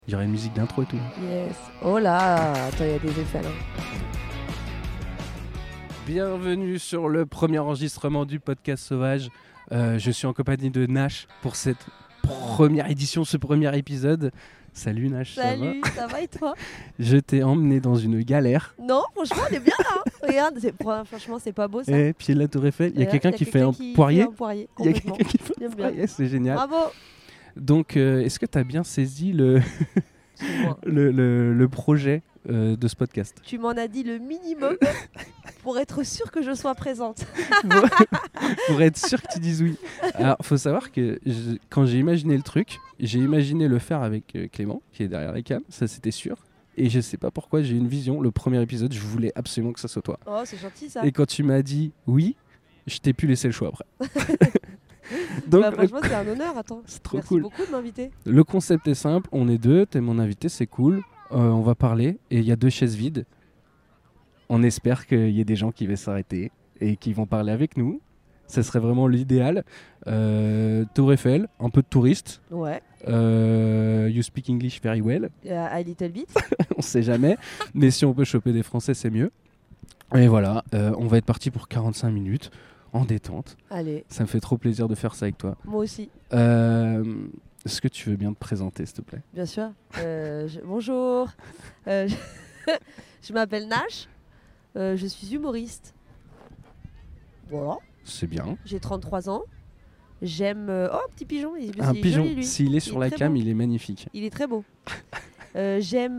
Il y aurait une musique d'intro et tout. Yes. Oh là, attends, il y a des effets là. Bienvenue sur le premier enregistrement du podcast Sauvage. Je suis en compagnie de Nash pour cette première édition, ce premier épisode. Salut Nash, Salut, ça va et toi? Je t'ai emmené dans une galère. Non, franchement, on est bien là. Regarde, franchement, c'est pas beau ça. Et pied de la Tour Eiffel, il y a quelqu'un qui fait un poirier. Il y a quelqu'un qui fait un poirier, c'est génial. Bravo. Donc, est-ce que tu as bien saisi le projet de ce podcast? Tu m'en as dit le minimum pour être sûr que je sois présente. Pour être sûr que tu dises oui. Alors, faut savoir que quand j'ai imaginé le truc, j'ai imaginé le faire avec Clément, qui est derrière les cams, ça c'était sûr. Et je sais pas pourquoi, j'ai eu une vision. Le premier épisode, je voulais absolument que ça soit toi. Oh, c'est gentil ça. Et quand tu m'as dit oui, je t'ai pu laisser le choix après. Donc, bah, franchement, c'est un honneur. Attends, c'est trop merci cool. beaucoup de m'inviter. Le concept est simple, on est deux, t'es mon invité, c'est cool. On va parler et il y a 2 chaises vides. On espère qu'il y ait des gens qui vont s'arrêter et qui vont parler avec nous. Ce serait vraiment l'idéal. Tour Eiffel, un peu de touristes. Ouais. You speak English very well. A little bit. On sait jamais. Mais si on peut choper des Français, c'est mieux. Et voilà, on va être parti pour 45 minutes en détente. Allez. Ça me fait trop plaisir de faire ça avec toi. Moi aussi. Est-ce que tu veux bien te présenter, s'il te plaît? Bien sûr. Bonjour. Je m'appelle Nash. Je suis humoriste. Voilà. C'est bien. J'ai 33 ans. J'aime... Oh, petit pigeon. Un pigeon, joli, lui. s'il est sur la cam, il est magnifique. Il est très beau. J'aime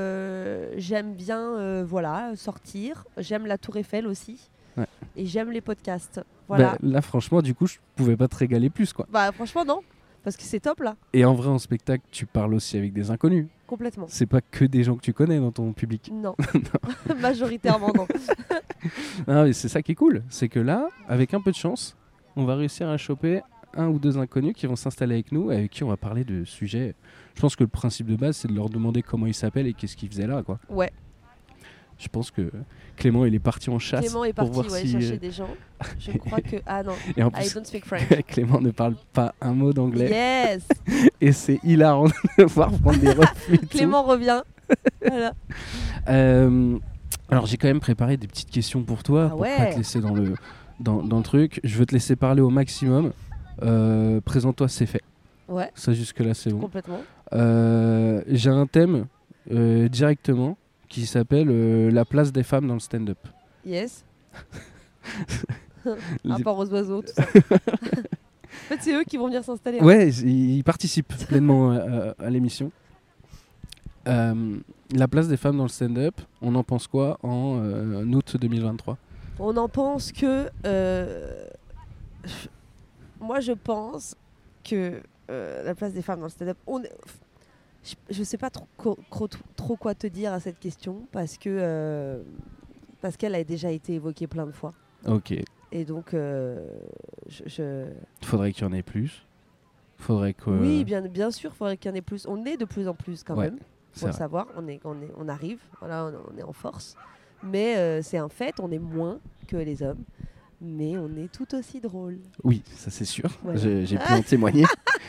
bien voilà, sortir. J'aime la Tour Eiffel aussi. Ouais. Et j'aime les podcasts. Voilà. Bah, là, franchement, du coup, je pouvais pas te régaler plus, quoi. Bah, franchement, non. Parce que c'est top, là. Et en vrai, en spectacle, tu parles aussi avec des inconnus. Complètement. C'est pas que des gens que tu connais dans ton public. Non. Majoritairement, non. Non, mais c'est ça qui est cool. C'est que là, avec un peu de chance, on va réussir à choper 1 ou 2 inconnus qui vont s'installer avec nous et avec qui on va parler de sujets. Je pense que le principe de base, c'est de leur demander comment ils s'appellent et qu'est-ce qu'ils faisaient là, quoi. Ouais. Je pense que Clément, il est parti en chasse. Clément est pour parti voir si, chercher des gens. Je crois que... Ah non, Et en I plus, don't speak French. Clément ne parle pas un mot d'anglais. Yes. Et c'est hilarant de voir prendre des refus. Clément revient. Voilà. Alors j'ai quand même préparé des petites questions pour toi, pour ouais. pas te laisser dans le truc. Je veux te laisser parler au maximum. Présente-toi, c'est fait. Ouais. Ça jusque-là, c'est bon. Complètement. J'ai un thème directement qui s'appelle la place des femmes dans le stand-up. Yes. Rapport aux oiseaux, tout ça. En fait, c'est eux qui vont venir s'installer. Ouais, ils participent pleinement à l'émission. La place des femmes dans le stand-up, on en pense quoi en août 2023? On en pense que... Moi, je pense que la place des femmes dans le stand-up... Je sais pas trop quoi te dire à cette question parce qu'elle a déjà été évoquée plein de fois. Ok. Et donc, Faudrait qu'il y en ait plus. Faudrait que... Oui, bien sûr, faudrait qu'il y en ait plus. On est de plus en plus quand même. Faut le vrai. savoir, on arrive, voilà, on est en force. Mais c'est un fait, on est moins que les hommes. Mais on est tout aussi drôle. Oui, ça c'est sûr. Voilà. J'ai pu en témoigner.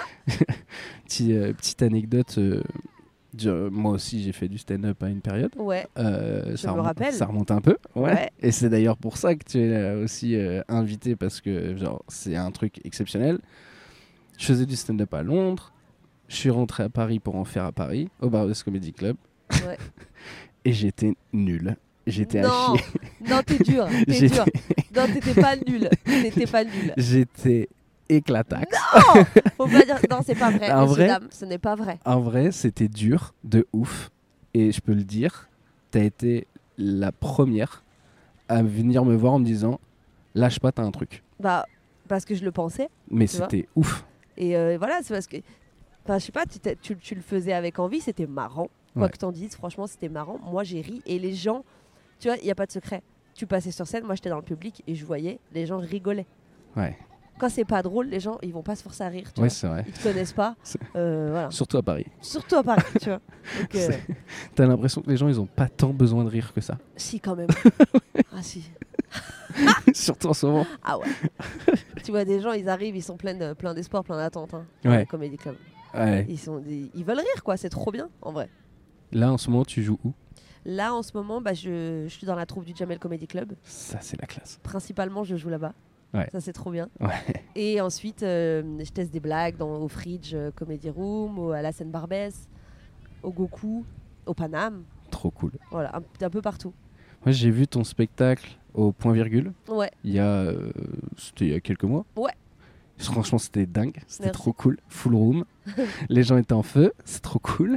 Petite anecdote. Moi aussi, j'ai fait du stand-up à une période. Ouais. Je me rappelle. Ça remonte un peu. Ouais. Et c'est d'ailleurs pour ça que tu es aussi invité parce que genre, c'est un truc exceptionnel. Je faisais du stand-up à Londres. Je suis rentré à Paris pour en faire à Paris, au Barbès Comedy Club. Ouais. Et j'étais nul. J'étais à chier. Non, t'es dur. T'es dur. Non, t'étais pas nul. J'étais éclataxe. Non, faut pas dire. Non, c'est pas vrai. En vrai, dames, ce n'est pas vrai. En vrai, c'était dur de ouf. Et je peux le dire, t'as été la première à venir me voir en me disant lâche pas, t'as un truc. Bah, parce que je le pensais. Mais c'était ouf. Et voilà, c'est parce que. Enfin, je sais pas, tu le faisais avec envie, c'était marrant. Quoi que t'en dises, franchement, c'était marrant. Moi, j'ai ri. Et les gens, tu vois, il n'y a pas de secret. Tu passais sur scène, moi j'étais dans le public et je voyais, les gens rigolaient. Ouais. Quand c'est pas drôle, les gens, ils vont pas se forcer à rire. Tu Ouais, vois. c'est vrai. Ils te connaissent pas. Voilà. Surtout à Paris. Surtout à Paris, tu vois. Donc, t'as l'impression que les gens, ils ont pas tant besoin de rire que ça. Si, quand même. Ah, si. Surtout en ce moment. Ah ouais. Tu vois, des gens, ils arrivent, ils sont pleins d'espoir, plein d'attentes. Hein, ouais. Comedy Club. Ouais. Ils veulent rire, quoi. C'est trop bien, en vrai. Là, en ce moment, tu joues où? Là, en ce moment, je suis dans la troupe du Jamel Comedy Club. Ça, c'est la classe. Principalement, je joue là-bas. Ouais. Ça, c'est trop bien. Ouais. Et ensuite, je teste des blagues au Fridge Comedy Room, à la Seine Barbès, au Goku, au Paname. Trop cool. Voilà, un peu partout. Moi, j'ai vu ton spectacle au Point Virgule. Ouais. C'était il y a quelques mois. Ouais. Franchement, c'était dingue. C'était Merci. trop cool. Full room. Les gens étaient en feu. C'est trop cool.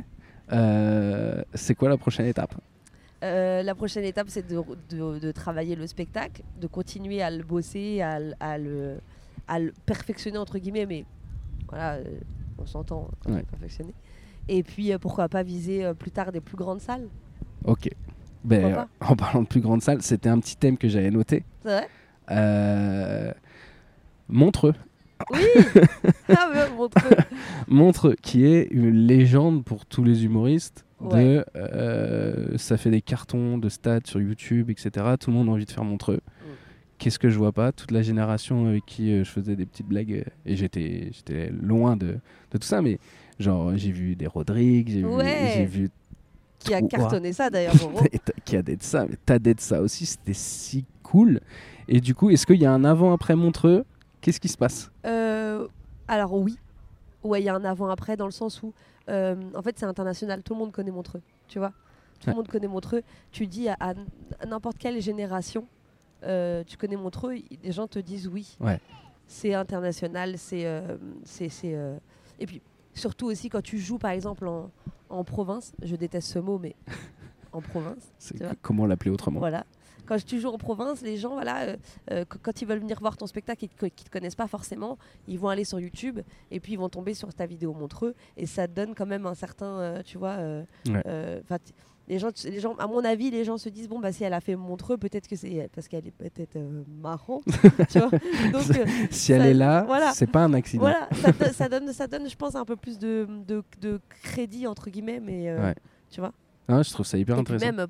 C'est quoi la prochaine étape? La prochaine étape, c'est de travailler le spectacle, de continuer à le bosser, à le perfectionner, entre guillemets, mais voilà, on s'entend quand Ouais. on perfectionner. Et puis, pourquoi pas viser plus tard des plus grandes salles. Ok. Ben, en parlant de plus grande salle, c'était un petit thème que j'avais noté. C'est vrai? Montreux. Oui. Ah ouais, Montreux. Montreux, qui est une légende pour tous les humoristes. Ouais. Ça fait des cartons de stades sur YouTube, etc. Tout le monde a envie de faire Montreux. Qu'est-ce que je vois pas? Toute la génération avec qui je faisais des petites blagues, et j'étais loin de tout ça, mais genre j'ai vu des Rodrigue, j'ai vu qui a cartonné ça d'ailleurs. qui a d'être ça, mais t'as d'être ça aussi, c'était si cool. Et du coup, est-ce qu'il y a un avant-après Montreux? Qu'est-ce qui se passe? Alors oui, ouais, il y a un avant-après dans le sens où en fait c'est international, tout le monde connaît Montreux, tu vois. Tout le monde connaît Montreux. Tu dis à n'importe quelle génération, tu connais Montreux, les gens te disent oui. Ouais. C'est international, et puis surtout aussi quand tu joues par exemple en province, je déteste ce mot, mais en province. Comment l'appeler autrement? Voilà. Quand tu joues en province, les gens, voilà, quand ils veulent venir voir ton spectacle et qu'ils ne te connaissent pas forcément, ils vont aller sur YouTube et puis ils vont tomber sur ta vidéo Montreux et ça donne quand même un certain, tu vois, les gens, à mon avis, les gens se disent bon bah si elle a fait Montreux, peut-être que c'est parce qu'elle est peut-être marrante, tu vois. Donc si elle est là, voilà, c'est pas un accident. Voilà, ça donne, je pense, un peu plus de crédit entre guillemets, mais tu vois. Ah, je trouve ça hyper intéressant. Et puis même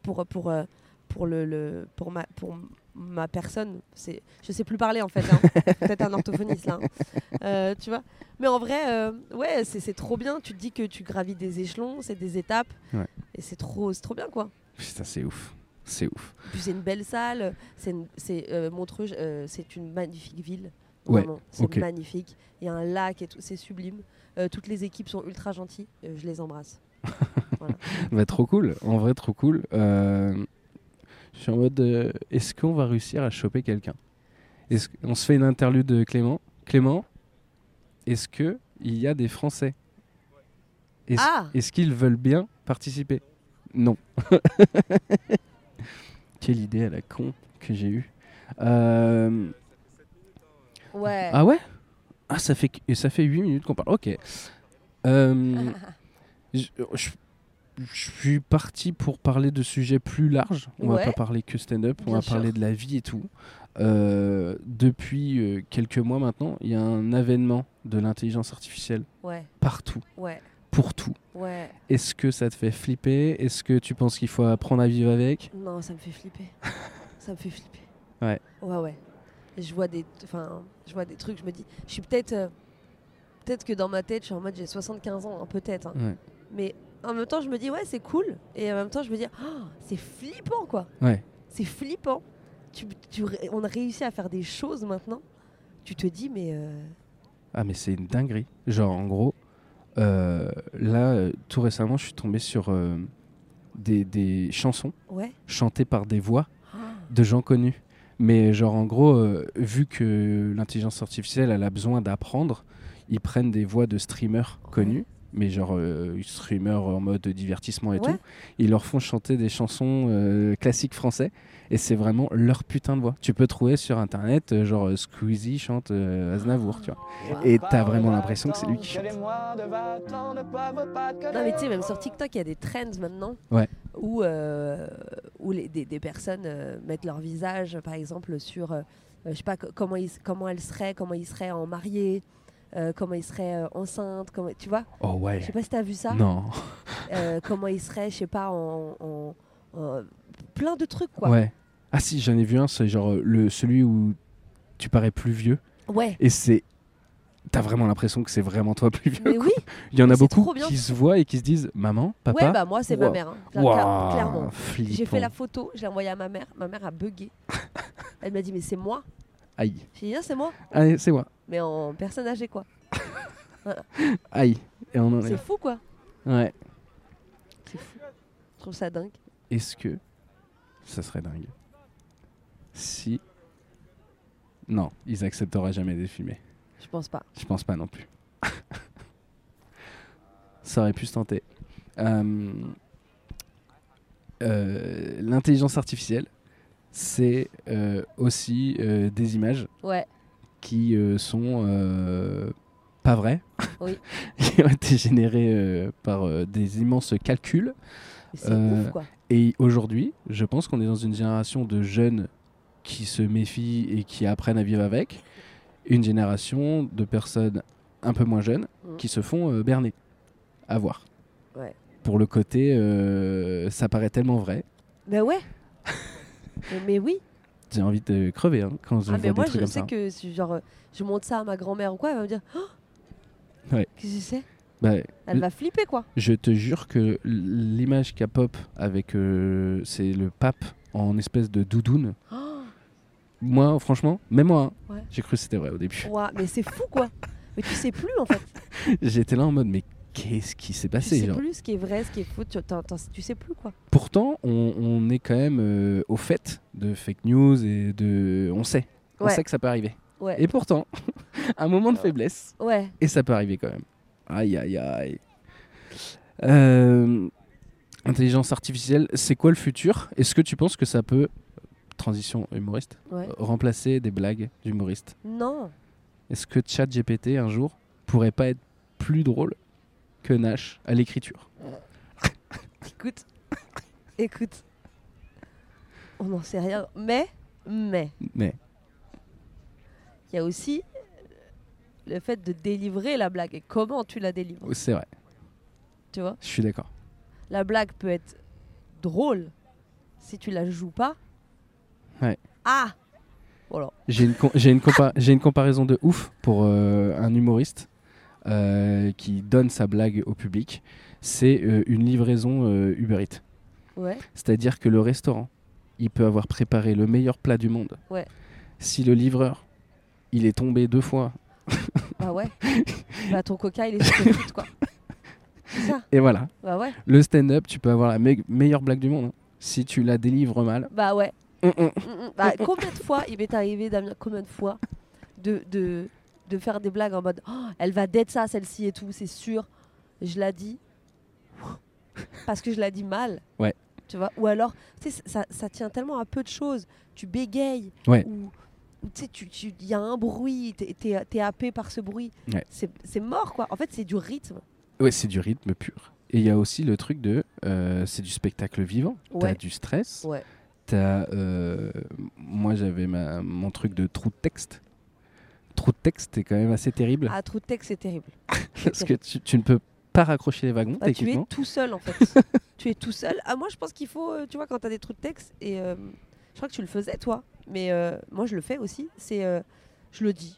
pour ma personne, je sais plus parler en fait, hein. Peut-être un orthophoniste là, hein. Tu vois. Mais en vrai, ouais, c'est trop bien. Tu te dis que tu gravis des échelons, c'est des étapes, et c'est trop bien quoi. Putain, c'est ouf, c'est ouf. Puis c'est une belle salle, Montreux, c'est une magnifique ville. Ouais, vraiment, c'est magnifique. Il y a un lac et tout, c'est sublime. Toutes les équipes sont ultra gentilles, je les embrasse. Voilà. Bah, trop cool, en vrai trop cool. Je suis en mode, est-ce qu'on va réussir à choper quelqu'un? On se fait une interlude de Clément. Clément, est-ce qu'il y a des Français? Est-ce qu'ils veulent bien participer? Non. Quelle idée à la con que j'ai eue. Ouais. Ah ouais? Ah, ça fait 8 minutes qu'on parle. Ok. Je suis parti pour parler de sujets plus larges. On va pas parler que stand-up, on va parler de la vie et tout. Depuis quelques mois maintenant, il y a un avènement de l'intelligence artificielle partout, pour tout. Est-ce que ça te fait flipper? Est-ce que tu penses qu'il faut apprendre à vivre avec? Non, ça me fait flipper. Ça me fait flipper. Ouais. Ouais. Je vois des trucs, je me dis, je suis peut-être que dans ma tête, je suis en mode j'ai 75 ans, hein, peut-être. Hein. Ouais. Mais en même temps, je me dis, ouais, c'est cool. Et en même temps, je me dis, c'est flippant, quoi. Ouais. C'est flippant. On a réussi à faire des choses maintenant. Tu te dis, mais... Ah, mais c'est une dinguerie. Genre, en gros, là, tout récemment, je suis tombé sur des chansons chantées par des voix de gens connus. Mais genre, en gros, vu que l'intelligence artificielle, elle a besoin d'apprendre, ils prennent des voix de streamers connus. Mais genre streamers en mode divertissement et tout, ils leur font chanter des chansons classiques français et c'est vraiment leur putain de voix. Tu peux trouver sur internet genre Squeezie chante Aznavour, tu vois. Et t'as vraiment l'impression que c'est lui qui chante. Non mais tu sais, même sur TikTok, il y a des trends maintenant où des personnes mettent leur visage, par exemple, sur, je sais pas, comment ils seraient en mariés. Comment il serait enceinte, tu vois. Oh ouais. Je sais pas si t'as vu ça. Non. Comment il serait, je sais pas, en plein de trucs quoi. Ouais. Ah si, j'en ai vu un, c'est genre celui où tu parais plus vieux. Ouais. Et c'est T'as vraiment l'impression que c'est vraiment toi plus vieux. Mais oui, Il y en a mais c'est beaucoup trop bien. qui se voient et qui se disent maman, papa. Ouais, bah moi c'est ma Ouah. mère. Hein. Ouah, Clairement. flippant. J'ai fait la photo, je l'ai envoyée à ma mère. Ma mère a bugué. Elle m'a dit mais c'est moi. Aïe. J'ai dit non c'est moi. Allez, c'est moi. Mais en personne âgée quoi. Voilà. Aïe. Et on en est C'est là. fou quoi. Ouais. C'est fou. Je trouve ça dingue. Est-ce que ça serait dingue si... Non, ils accepteraient jamais d'être filmés. Je pense pas. Je pense pas non plus. Ça aurait pu se tenter. L'intelligence artificielle, c'est aussi des images Ouais. qui sont pas vraies, Oui. qui ont été générées par des immenses calculs. Mais c'est ouf quoi. Et aujourd'hui, je pense qu'on est dans une génération de jeunes qui se méfient et qui apprennent à vivre avec, une génération de personnes un peu moins jeunes qui se font berner, à voir. Ouais. Pour le côté, ça paraît tellement vrai, Bah ouais. mais oui. j'ai envie de crever hein, quand je Ah vois mais des moi trucs je comme sais ça. que si, genre je montre ça à ma grand-mère ou quoi, elle va me dire oh Ouais. qu'est-ce que c'est. Bah, Elle va flipper quoi. je te jure que l'image qu'a pop avec, c'est le pape en espèce de doudoune. Oh, Moi, franchement, même moi, hein, ouais. j'ai cru que c'était vrai au début. Ouah, mais c'est fou quoi. Mais tu sais plus en fait. J'étais là en mode, mais qu'est-ce qui s'est Tu passé sais genre. plus ce qui est vrai, ce qui est faux. Tu sais plus quoi. Pourtant, on est quand même au fait de fake news et de... On sait Ouais. que ça peut arriver. Ouais. Et pourtant, un moment de faiblesse, Ouais. et ça peut arriver quand même. Aïe, aïe, aïe. Intelligence artificielle, c'est quoi le futur? Est-ce que tu penses que ça peut, transition humoriste, Ouais. remplacer des blagues d'humoristes? Non. Est-ce que ChatGPT, un jour, pourrait pas être plus drôle que Nash à l'écriture? Écoute. On n'en sait rien. Mais Mais, il y a aussi le fait de délivrer la blague et comment tu la délivres. c'est vrai, Tu vois, je suis d'accord. la blague peut être drôle si tu la joues pas. Ouais. Ah. Voilà. J'ai une comparaison de ouf pour un humoriste qui donne sa blague au public. C'est une livraison Uber Eats. Ouais. C'est-à-dire que le restaurant, il peut avoir préparé le meilleur plat du monde. Ouais. Si le livreur, il est tombé 2 fois, Bah ouais. Bah ton coca il est sur tes frites quoi. C'est ça. et voilà. Bah ouais. Le stand-up, tu peux avoir la meilleure blague du monde. Hein. Si tu la délivres mal, Bah ouais. Bah, combien de fois il m'est arrivé, Damien, combien de fois de faire des blagues en mode oh, elle va d'être ça celle-ci et tout, c'est sûr. Je la dis parce que je la dis mal. Ouais. Tu vois. Ou alors, tu sais, ça tient tellement à peu de choses. Tu bégayes. Ouais. Ou tu sais, il y a un bruit, t'es happé par ce bruit. Ouais. C'est mort quoi. En fait, c'est du rythme. ouais, c'est du rythme pur. Et il y a aussi le truc de, c'est du spectacle vivant. T'as Ouais. du stress. Ouais. T'as, moi j'avais mon truc de trou de texte. Trou de texte est quand même assez terrible Ah, trou de texte, c'est terrible. parce que tu ne peux pas raccrocher les wagons Ah, tu es techniquement. tout seul en fait. Tu es tout seul. Ah, moi je pense qu'il faut, tu vois, quand tu as des trous de texte, et je crois que tu le faisais toi, mais moi je le fais aussi, c'est je le dis.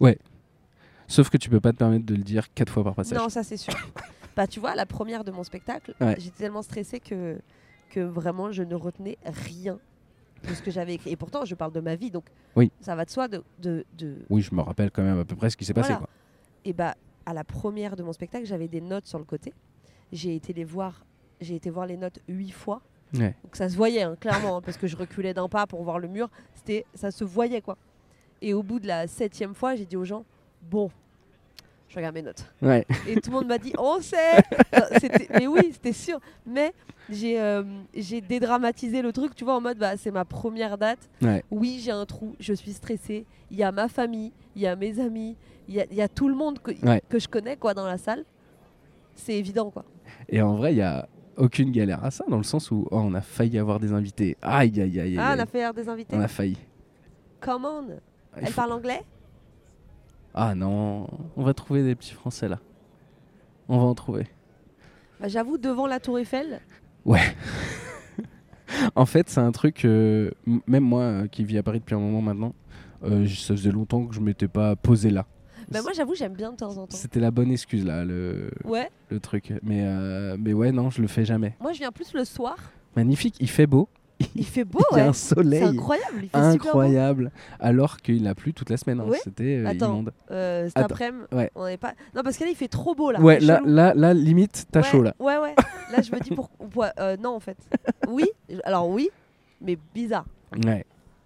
Sauf que tu peux pas te permettre de le dire 4 fois par passage. Non, ça c'est sûr. Bah tu vois, la première de mon spectacle, Ouais. j'étais tellement stressée que vraiment je ne retenais rien de ce que j'avais écrit. Et pourtant je parle de ma vie, donc Oui. ça va de soi de Oui, je me rappelle quand même à peu près ce qui s'est passé. Voilà. Quoi. Et bah à la première de mon spectacle, j'avais des notes sur le côté. J'ai été voir les notes 8 fois. Ouais. Donc ça se voyait hein, clairement hein, parce que je reculais d'un pas pour voir le mur, ça se voyait quoi. Et au bout de la 7e fois, j'ai dit aux gens bon, je regarde mes notes. Ouais. Et tout le monde m'a dit on sait. Non, mais oui, c'était sûr. Mais j'ai dédramatisé le truc, tu vois, en mode bah c'est ma première date. Ouais. Oui, j'ai un trou, je suis stressée. Il y a ma famille, il y a mes amis, il y a tout le monde que je connais quoi dans la salle. C'est évident quoi. Et en vrai, il y a aucune galère à ça dans le sens où on a failli avoir des invités. Aïe aïe aïe. Ah, aïe. on a fait des invités. On a failli. Come on. Il Elle faut- parle anglais? Ah non, on va trouver des petits Français là. On va en trouver. Bah, j'avoue, devant la Tour Eiffel. Ouais. En fait, c'est un truc, même moi qui vis à Paris depuis un moment maintenant, ça faisait longtemps que je m'étais pas posé là. Bah moi j'avoue j'aime bien de temps en temps. C'était la bonne excuse là, le Ouais. truc. Mais ouais, non, je le fais jamais. Moi je viens plus le soir. Magnifique, il fait beau. Il fait beau, Il y a ouais. un C'est soleil incroyable. Il fait incroyable. Alors qu'il a plu toute la semaine. Hein. Ouais. C'était Attends, immonde. Cet Attends, après-midi, ouais. on n'est pas. Non parce que là il fait trop beau là. Ouais, c'est là, chelou. là, limite, t'as chaud là. Ouais. Là je me dis pourquoi. Non en fait. Oui. Alors oui, mais bizarre. Ouais.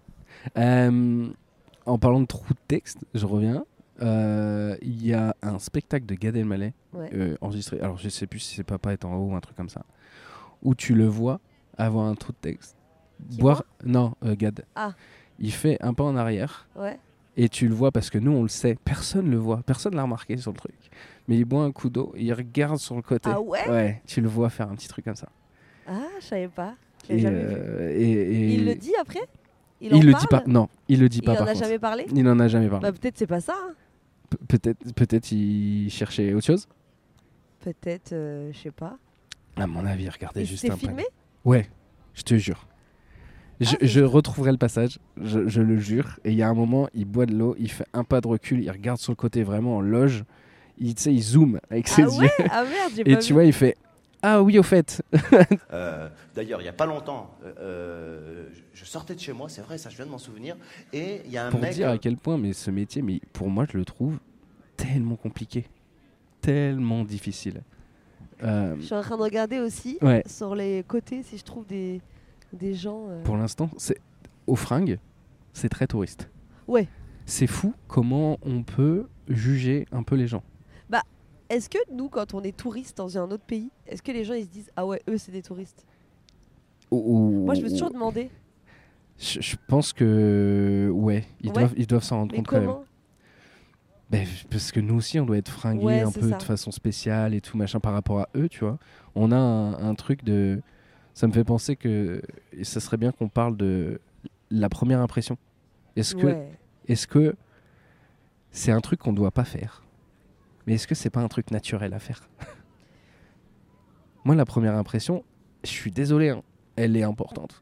En parlant de trou de texte, je reviens. Il y a un spectacle de Gad Elmaleh enregistré. Alors je sais plus si c'est Papa est en haut ou un truc comme ça. Où tu le vois avoir un trou de texte. Boire. Non, Gad. Ah. Il fait un pas en arrière. Ouais. Et tu le vois parce que nous on le sait. Personne le voit. Personne l'a remarqué sur le truc. Mais il boit un coup d'eau et il regarde sur le côté. Ah ouais. Ouais. Tu le vois faire un petit truc comme ça. Ah je savais pas. J'ai jamais vu. Et Il le dit après. Il le dit pas. Non, il le dit pas. Il en par a contre. jamais parlé. Il n'en a jamais parlé. Bah peut-être c'est pas ça. Hein. Peut-être il cherchait autre chose. Peut-être, je sais pas. À mon avis, regardez Et juste c'est un filmé. Ouais, je te jure. c'est Je retrouverai le passage, je le jure. Et il y a un moment, il boit de l'eau, il fait un pas de recul, il regarde sur le côté vraiment en loge. Il zoome avec ses yeux. Ah merde, j'ai Et pas tu vu. vois, il fait ah oui, au fait. D'ailleurs, il n'y a pas longtemps, je sortais de chez moi, c'est vrai, ça je viens de m'en souvenir, et il y a un Pour mec... dire à quel point, mais ce métier, mais pour moi, je le trouve tellement compliqué, tellement difficile. Je suis en train de regarder aussi Ouais. sur les côtés si je trouve des gens. Pour l'instant, c'est aux fringues, c'est très touriste. Ouais. C'est fou comment on peut juger un peu les gens. Est-ce que nous, quand on est touriste dans un autre pays, est-ce que les gens ils se disent ah ouais eux c'est des touristes? Moi je me suis toujours demandé. Je pense que ouais, ils doivent s'en rendre Mais compte quand même. comment? Parce que nous aussi on doit être fringués Ouais, un c'est peu ça. de façon spéciale et tout machin par rapport à eux, tu vois. On a un truc de... Ça me fait penser que et ça serait bien qu'on parle de la première impression. Est-ce que c'est un truc qu'on doit pas faire? Mais est-ce que c'est pas un truc naturel à faire? Moi, la première impression, je suis désolé, hein, elle est importante.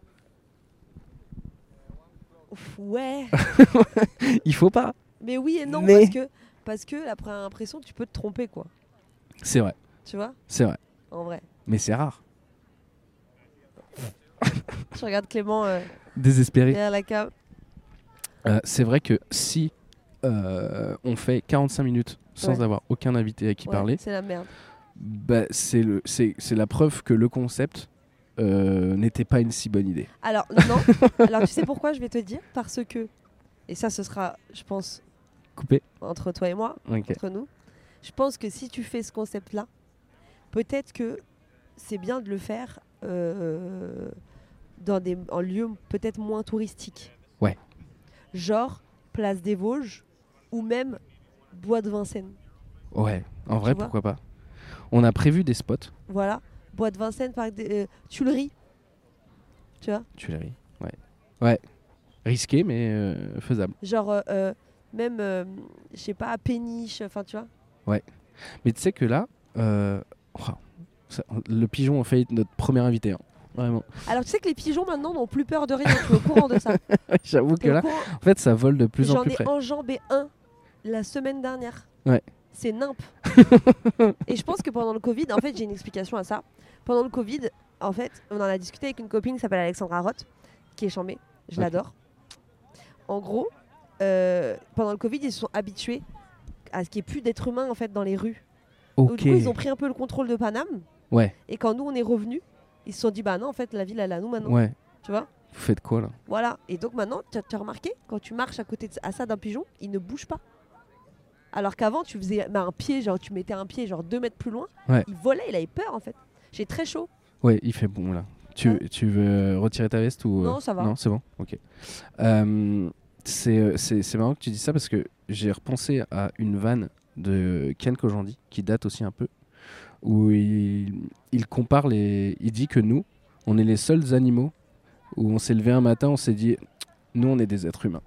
Ouais. Il faut pas. Mais oui et non Mais- parce que la première impression tu peux te tromper quoi. C'est vrai, Tu vois? c'est vrai. En vrai. Mais c'est rare. Je regarde Clément Désespéré. derrière la cave. C'est vrai que si on fait 45 minutes sans Ouais. avoir aucun invité à qui Ouais, parler, c'est la merde. c'est la preuve que le concept n'était pas une si bonne idée. Alors non. Alors tu sais pourquoi je vais te dire? Parce que et ça ce sera je pense Coupé. entre toi et moi, Ok. entre nous. Je pense que si tu fais ce concept-là, peut-être que c'est bien de le faire en lieux peut-être moins touristiques. Ouais. Genre Place des Vosges ou même Bois de Vincennes. Ouais, en vrai, vois pourquoi pas. On a prévu des spots. Voilà. Bois de Vincennes, Parc des Tuileries. Tu vois? Tuileries. Ouais. Ouais. Risqué, mais faisable. Genre même, je sais pas, à Péniche, enfin tu vois? Mais tu sais que là, le pigeon a failli être notre premier invité. Hein. Vraiment. Alors tu sais que les pigeons maintenant n'ont plus peur de rien, tu es au courant de ça. J'avoue que T'es au là, courant. en fait, ça vole de plus en J'en plus ai près. enjambé un la semaine dernière. Ouais. C'est nimp. Et je pense que pendant le Covid, en fait, j'ai une explication à ça. Pendant le Covid, en fait, on en a discuté avec une copine qui s'appelle Alexandra Roth, qui est chambée. Je Ok. l'adore. En gros, pendant le Covid, ils se sont habitués à ce qu'il n'y ait plus d'êtres humains en fait dans les rues. Donc, Ok. du coup, ils ont pris un peu le contrôle de Paname. Ouais, Et quand nous, on est revenus, ils se sont dit, bah non, en fait, la ville, elle est à nous maintenant. ouais. Tu vois? Vous faites quoi là? Voilà. Et donc maintenant, tu as remarqué, quand tu marches à côté à ça d'un pigeon, il ne bouge pas. Alors qu'avant, tu faisais un pied, genre tu mettais un pied genre 2 mètres plus loin, Ouais. il volait, il avait peur en fait. J'ai très chaud. Ouais, il fait bon là. Tu veux retirer ta veste ou Non, ça va. Non, c'est bon. Ok. C'est marrant que tu dis ça parce que j'ai repensé à une vanne de Ken Kojandi qui date aussi un peu où il compare il dit que nous, on est les seuls animaux où on s'est levé un matin, on s'est dit nous on est des êtres humains.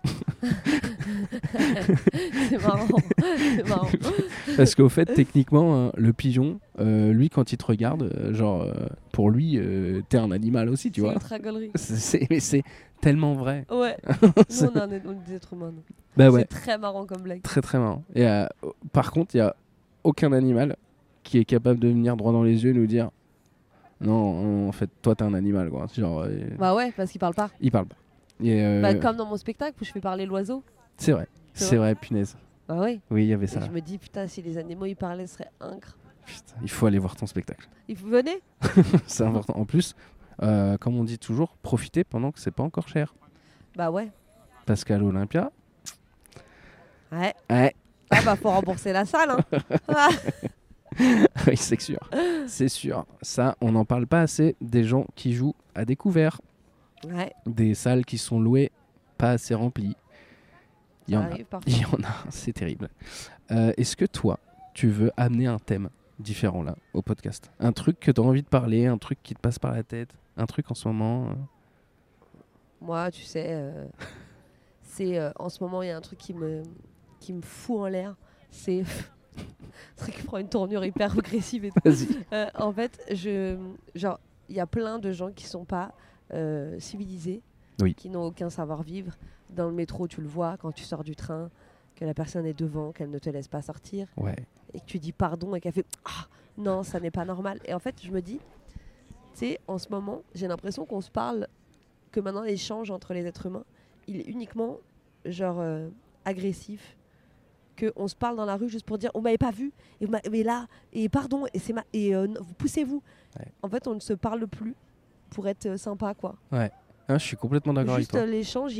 C'est marrant. C'est marrant. Parce qu'au fait, techniquement, le pigeon, lui, quand il te regarde, pour lui, t'es un animal aussi, tu C'est vois. ultra gaulerie. Mais c'est tellement vrai. Ouais. Nous, on est des êtres humains. nous. Bah C'est ouais, très marrant comme blague. très très marrant. Et par contre, il y a aucun animal qui est capable de venir droit dans les yeux et nous dire non, en fait, toi t'es un animal quoi. Genre, Bah ouais, parce qu'il parle pas. il parle pas. Et, Bah, comme dans mon spectacle où je fais parler l'oiseau. c'est vrai, C'est c'est vrai, punaise. Bah ouais. Oui, il y avait Et ça. je me dis, putain, si les animaux ils parlaient, ce serait incroyable. Putain, il faut aller voir ton spectacle. Venez. C'est important. En plus, comme on dit toujours, profitez pendant que c'est pas encore cher. Bah ouais. Parce qu'à l'Olympia, Ouais. ouais, Ah bah faut rembourser la salle. Hein. Ah. oui, c'est sûr. C'est sûr. Ça, on n'en parle pas assez des gens qui jouent à découvert. Ouais. Des salles qui sont louées pas assez remplies. Il y Ça en a. arrive parfois. Il y en a, c'est terrible. Est-ce que toi, tu veux amener un thème différent là au podcast? Un truc que tu as envie de parler, un truc qui te passe par la tête, un truc en ce moment Moi, tu sais, c'est en ce moment, il y a un truc qui me fout en l'air. C'est un truc qui prend une tournure hyper agressive et tout. Vas-y. En fait, genre, il y a plein de gens qui sont pas civilisés, Oui. qui n'ont aucun savoir-vivre. Dans le métro, tu le vois quand tu sors du train, que la personne est devant, qu'elle ne te laisse pas sortir, Ouais. et que tu dis pardon et qu'elle fait ah non, ça n'est pas normal. Et en fait, je me dis, tu sais, en ce moment, j'ai l'impression qu'on se parle, que maintenant l'échange entre les êtres humains, il est uniquement genre agressif. Qu'on se parle dans la rue juste pour dire on m'avait pas vu et mais là et pardon et vous poussez-vous. Ouais. En fait, on ne se parle plus pour être sympa quoi. Ah, je suis complètement d'accord avec Juste toi. l'échange,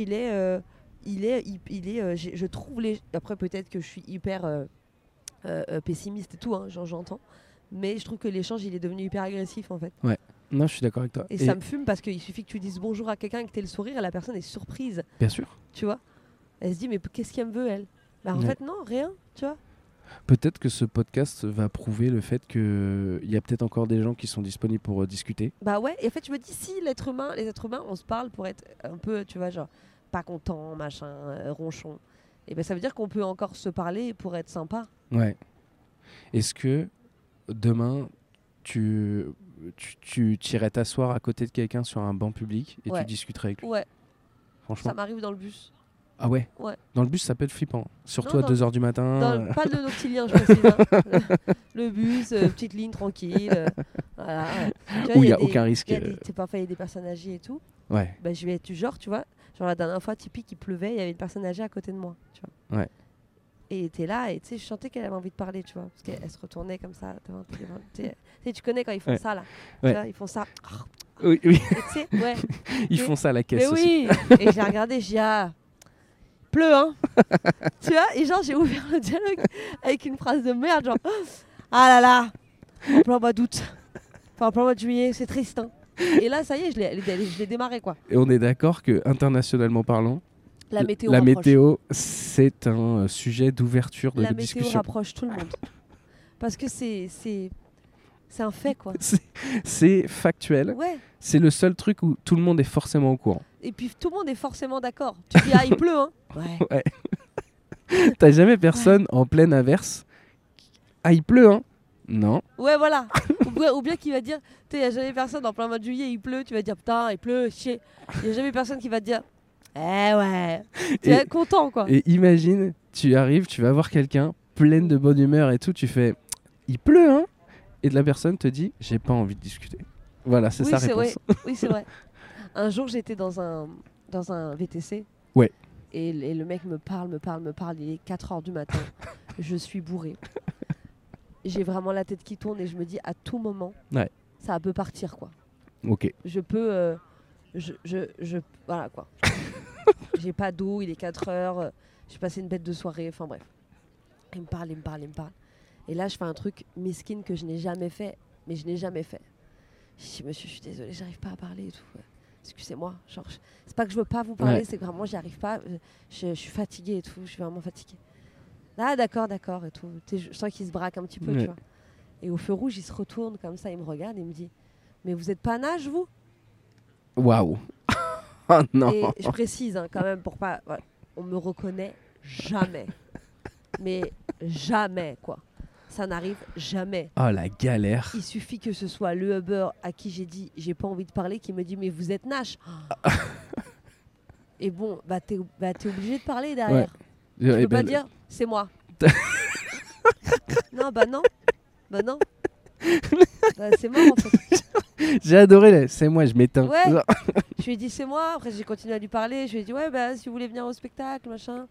je trouve après peut-être que je suis hyper pessimiste et tout hein, j'entends, mais je trouve que l'échange il est devenu hyper agressif en fait. Non, je suis d'accord avec toi. Et ça me fume parce qu'il suffit que tu dises bonjour à quelqu'un et que tu aies le sourire et la personne est surprise, Bien sûr. tu vois. Elle se dit mais qu'est-ce qu'elle me veut elle? Bah en Ouais. fait non, rien, tu vois. Peut-être que ce podcast va prouver le fait qu'il y a peut-être encore des gens qui sont disponibles pour discuter. Bah ouais, et en fait je me dis si les êtres humains on se parle pour être un peu, tu vois, genre pas content, machin, ronchon, et ben ça veut dire qu'on peut encore se parler pour être sympa. Ouais. Est-ce que demain, tu irais t'asseoir à côté de quelqu'un sur un banc public et Ouais. tu discuterais avec lui? Ouais, Franchement. ça m'arrive dans le bus. Ah ouais. Ouais. Dans le bus, ça peut être flippant. Surtout Non, à 2h du matin. Pas le noctilien, je précise. Hein. Le bus, petite ligne tranquille. Voilà. Tu vois, Où il n'y a des- aucun risque. Parfois il y a des personnes âgées et tout. Ouais. Bah, je vais être du genre, tu vois, genre la dernière fois, typique, il pleuvait, il y avait une personne âgée à côté de moi, tu vois. Ouais. Et t'es là, et tu sais, je sentais qu'elle avait envie de parler, tu vois, parce qu'elle se retournait comme ça. Tu sais, tu connais quand ils font Ouais. ça, là. Ouais. Tu vois, ils font ça. Oui, oui. Et tu sais, ouais. Ils font ça à la caisse Mais aussi. oui. Et j'ai regardé, j'ai dit, ah, pleut, hein. Tu vois, et genre, j'ai ouvert le dialogue avec une phrase de merde, genre, ah là là, en plein mois d'août, enfin en plein mois de juillet, c'est triste, hein. Et là, ça y est, je l'ai démarré, quoi. Et on est d'accord que, internationalement parlant, La météo la rapproche. météo, c'est un sujet d'ouverture, de La météo discussion. rapproche tout le monde. Parce que c'est un fait, quoi. C'est factuel. Ouais. C'est le seul truc où tout le monde est forcément au courant. Et puis tout le monde est forcément d'accord. Tu dis, ah, il pleut, hein. Ouais. Ouais. T'as jamais personne en pleine averse. Ah, il pleut, hein? Non. Ouais, voilà. ou bien qui va dire, tu sais, il n'y a jamais personne en plein mois de juillet, il pleut. Tu vas dire, putain, il pleut, chier. Il n'y a jamais personne qui va te dire, eh ouais. Tu Et- es content, quoi. Et imagine, tu arrives, tu vas voir quelqu'un pleine de bonne humeur et tout, tu fais il pleut, hein? Et la personne te dit j'ai pas envie de discuter. Voilà, c'est Oui, sa c'est réponse. vrai. Oui, c'est vrai. Un jour, j'étais dans un VTC. Ouais. Et le mec me parle. Il est 4h du matin. Je suis bourrée. J'ai vraiment la tête qui tourne et je me dis à tout moment, Ouais. ça peut partir, quoi. Ok. Je peux. Voilà, quoi. J'ai pas d'eau, il est 4h. J'ai passé une bête de soirée. Enfin, bref. Il me parle. Et là, je fais un truc mesquine que je n'ai jamais fait. Mais je n'ai jamais fait. Je dis, monsieur, je suis désolée, j'arrive pas à parler et tout. Excusez-moi. Genre, c'est pas que je veux pas vous parler, Ouais. c'est que vraiment, j'y arrive pas. Je suis fatiguée et tout. Je suis vraiment fatiguée. Ah, d'accord, et tout. Je sens qu'il se braque un petit peu, Ouais. tu vois. Et au feu rouge, il se retourne comme ça, il me regarde et il me dit, mais vous êtes pas nage, vous? Waouh. Oh non. Et je précise, hein, quand même, pour pas. Voilà, on me reconnaît jamais. Mais jamais, quoi. Ça n'arrive jamais. Oh la galère. Il suffit que ce soit le Uber à qui j'ai dit j'ai pas envie de parler qui me dit mais vous êtes Nash. Et bon, t'es obligé de parler derrière. Tu peux pas dire c'est moi. Non, bah non. Bah non. Bah, c'est moi en fait. J'ai adoré, c'est moi, je m'éteins. Ouais. Je lui ai dit c'est moi, après j'ai continué à lui parler, je lui ai dit ouais bah si vous voulez venir au spectacle, machin.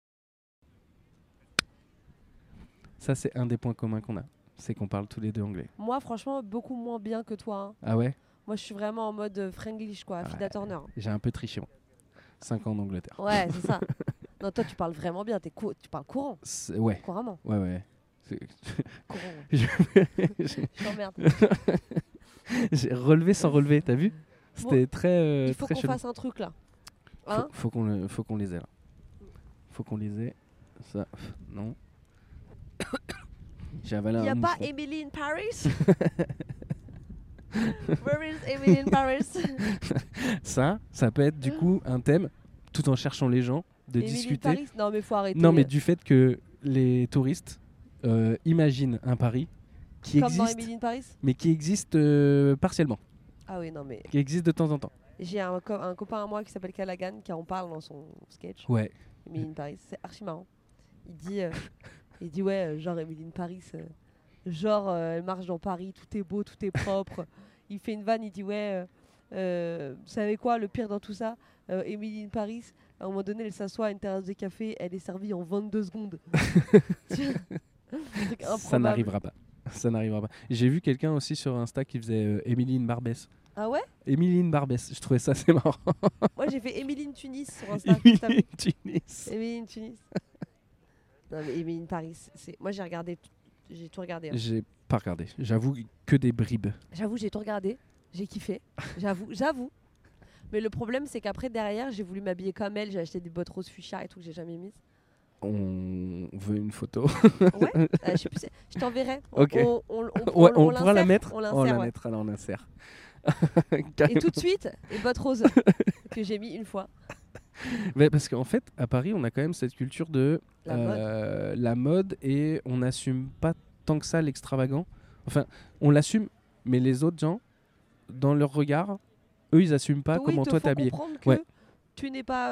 Ça, c'est un des points communs qu'on a. C'est qu'on parle tous les deux anglais. Moi franchement beaucoup moins bien que toi. Hein. Ah ouais? Moi je suis vraiment en mode Franglish quoi, Fida Turner. J'ai un peu triché, moi. 5 ans en Angleterre. Ouais, c'est ça. Non, toi tu parles vraiment bien, tu parles courant. Ouais. Couramment. Ouais. Courant. Je Je t'emmerde. J'ai relevé sans relever, t'as vu? C'était très Il faut très qu'on chelou. fasse un truc là. Hein faut qu'on les ait là. Faut qu'on les ait. Ça, non. J'ai avalé Il n'y a un pas moucheron. Emily in Paris. Where is Emily in Paris? Ça peut être du coup un thème, tout en cherchant les gens, de Emily in discuter. Paris? Non mais faut arrêter. Non mais du fait que les touristes imaginent un Paris qui Comme dans existe, Emily in Paris? mais qui existe partiellement, Ah oui, non mais... qui existe de temps en temps. J'ai un copain à moi qui s'appelle Callaghan qui en parle dans son sketch. Ouais. Emily in Paris, c'est archi marrant. Il dit ouais, genre Emily in Paris, elle marche dans Paris, tout est beau, tout est propre. Il fait une vanne, il dit ouais, vous savez quoi, le pire dans tout ça, Emily in Paris, à un moment donné, elle s'assoit à une terrasse de café, elle est servie en 22 secondes. Un truc Ça improbable. n'arrivera pas. Ça n'arrivera pas. J'ai vu quelqu'un aussi sur Insta qui faisait Emily in Barbès. Ah ouais? Emily in Barbès, je trouvais ça assez marrant. Moi j'ai fait Emily in Tunis sur Insta. Emily in Tunis. Emily in Tunis. Non mais Emily in Paris, moi j'ai tout regardé. Hein. J'ai pas regardé. J'avoue que des bribes. J'avoue, j'ai tout regardé. J'ai kiffé. J'avoue. Mais le problème, c'est qu'après, derrière, j'ai voulu m'habiller comme elle. J'ai acheté des bottes roses fuchsia et tout que j'ai jamais mises. On veut une photo. Ouais, je sais plus, je t'enverrai. Ok. On pourra la mettre. On On la l'insère, ouais. mettra, là, on insère. Et tout de suite, les bottes roses que j'ai mis une fois. Mais parce qu'en fait, à Paris, on a quand même cette culture de La mode et on n'assume pas tant que ça l'extravagant. Enfin, on l'assume, mais les autres gens, dans leur regard, eux, ils assument pas Oui, comment toi t'es habillé. comprendre que Ouais. tu n'es pas...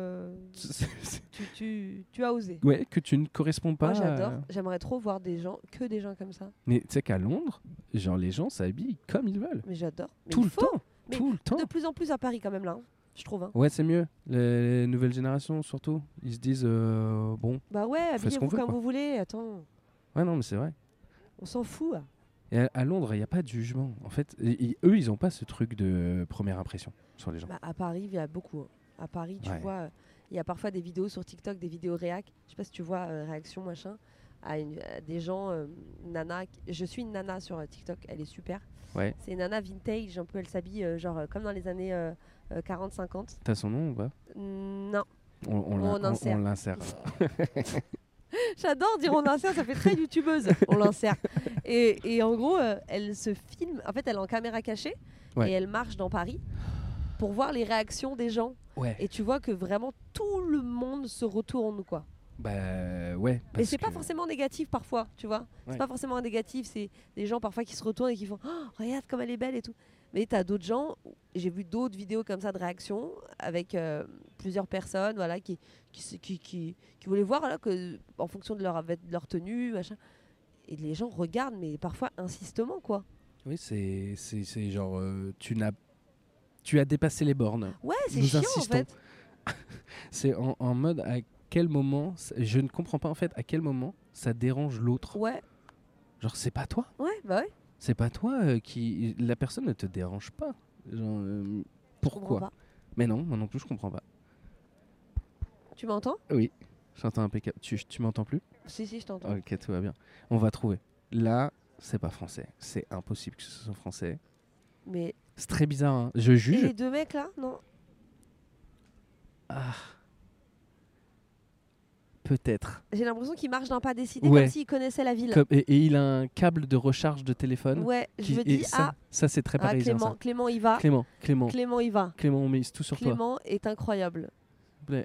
tu as osé. Ouais, que tu ne corresponds pas. Moi, j'adore. J'aimerais trop voir des gens comme ça. Mais tu sais qu'à Londres, genre les gens s'habillent comme ils veulent. Mais j'adore. Mais Tout il le faut. temps. Mais Tout le temps. De plus en plus à Paris quand même là, hein, je trouve. Hein. Ouais, c'est mieux. Les nouvelles générations, surtout, ils se disent bon. Bah ouais, Faites ce qu'on habillez-vous veut, comme quoi. vous voulez. Attends, Ouais, non, mais c'est vrai. on s'en fout. Et à Londres, il n'y a pas de jugement. En fait, eux, ils n'ont pas ce truc de première impression sur les gens. Bah, à Paris, il y a beaucoup. Hein. À Paris, tu Ouais. vois, il y a parfois des vidéos sur TikTok, des vidéos réac. Je sais pas si tu vois, réaction machin, à des gens, nana. Je suis une nana sur TikTok, elle est super. Ouais. C'est une nana vintage, un peu, elle s'habille comme dans les années 40-50. T'as son nom ou pas? Non. On insère. l'insère. J'adore dire on insère, ça fait très youtubeuse. On l'insère. Et en gros, elle se filme. En fait, elle est en caméra cachée Ouais. et elle marche dans Paris pour voir les réactions des gens. Ouais. Et tu vois que vraiment tout le monde se retourne, quoi. Bah ouais. Mais c'est pas forcément négatif parfois, tu vois. Ouais. C'est pas forcément négatif. C'est des gens parfois qui se retournent et qui font oh, regarde comme elle est belle et tout. Mais t'as d'autres gens, j'ai vu d'autres vidéos comme ça de réaction avec plusieurs personnes voilà, qui voulaient voir là, que, en fonction de leur tenue, machin. Et les gens regardent, mais parfois insistement, quoi. Oui, c'est genre tu as dépassé les bornes. Ouais, c'est Nous chiant insistons. en fait. C'est en mode à quel moment, je ne comprends pas en fait à quel moment ça dérange l'autre. Ouais, Genre c'est pas toi. ouais, bah ouais. C'est pas toi qui... La personne ne te dérange pas. Genre, Je comprends pourquoi? pas. Mais non, moi non plus je comprends pas. Tu m'entends? Oui, j'entends impeccable. Tu m'entends plus? Si, je t'entends. Ok, tout va bien. On va trouver. Là, c'est pas français. C'est impossible que ce soit français. Mais C'est très bizarre, hein. Je et juge. les deux mecs là, non? Ah. Peut-être. J'ai l'impression qu'ils marchent d'un pas décidé Ouais. comme s'ils connaissaient la ville. Et il a un câble de recharge de téléphone. Ouais, qui- je me et dis ça c'est très parisien. Clément, ça. Clément il va. Clément, Il va. on mise tout sur toi. Clément est incroyable. S'il te plaît.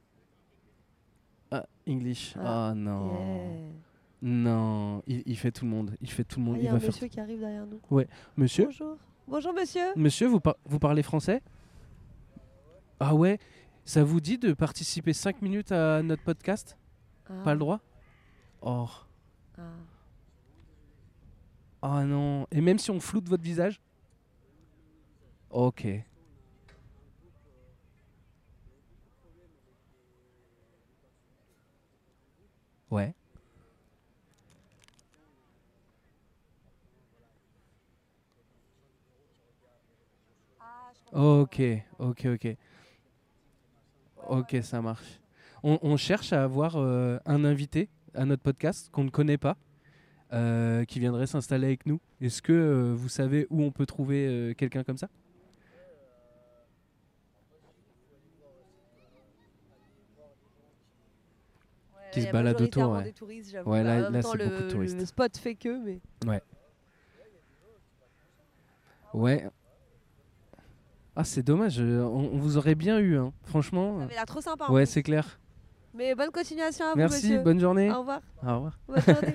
Ah, English. Ah, Ah non. Yeah. Non, il fait tout le monde. Il fait tout le monde. Ah, il y a un va faire. monsieur qui arrive derrière nous. Monsieur, Bonjour. Bonjour monsieur. monsieur, vous parlez français? Ah ouais. Ça vous dit de participer 5 minutes à notre podcast? Ah. Pas le droit? Oh. Ah. Oh non. Et même si on floute votre visage? Ok. Ouais. Ok, ok, ok. Ok, ça marche. On cherche à avoir un invité à notre podcast qu'on ne connaît pas, qui viendrait s'installer avec nous. Est-ce que vous savez où on peut trouver quelqu'un comme ça? Qui Il se y a balade autour, majoritairement ouais. des touristes, j'avoue. Ouais, Bah, là- en même là, temps, c'est beaucoup de touristes. le spot fait que, mais Ouais. Ah, c'est dommage. On vous aurait bien eu, hein. Franchement. ça avait l'air trop sympa. en Ouais, plus. c'est clair. Mais bonne continuation à vous, Merci, monsieur. bonne journée. Au revoir. Au revoir. Bonne journée.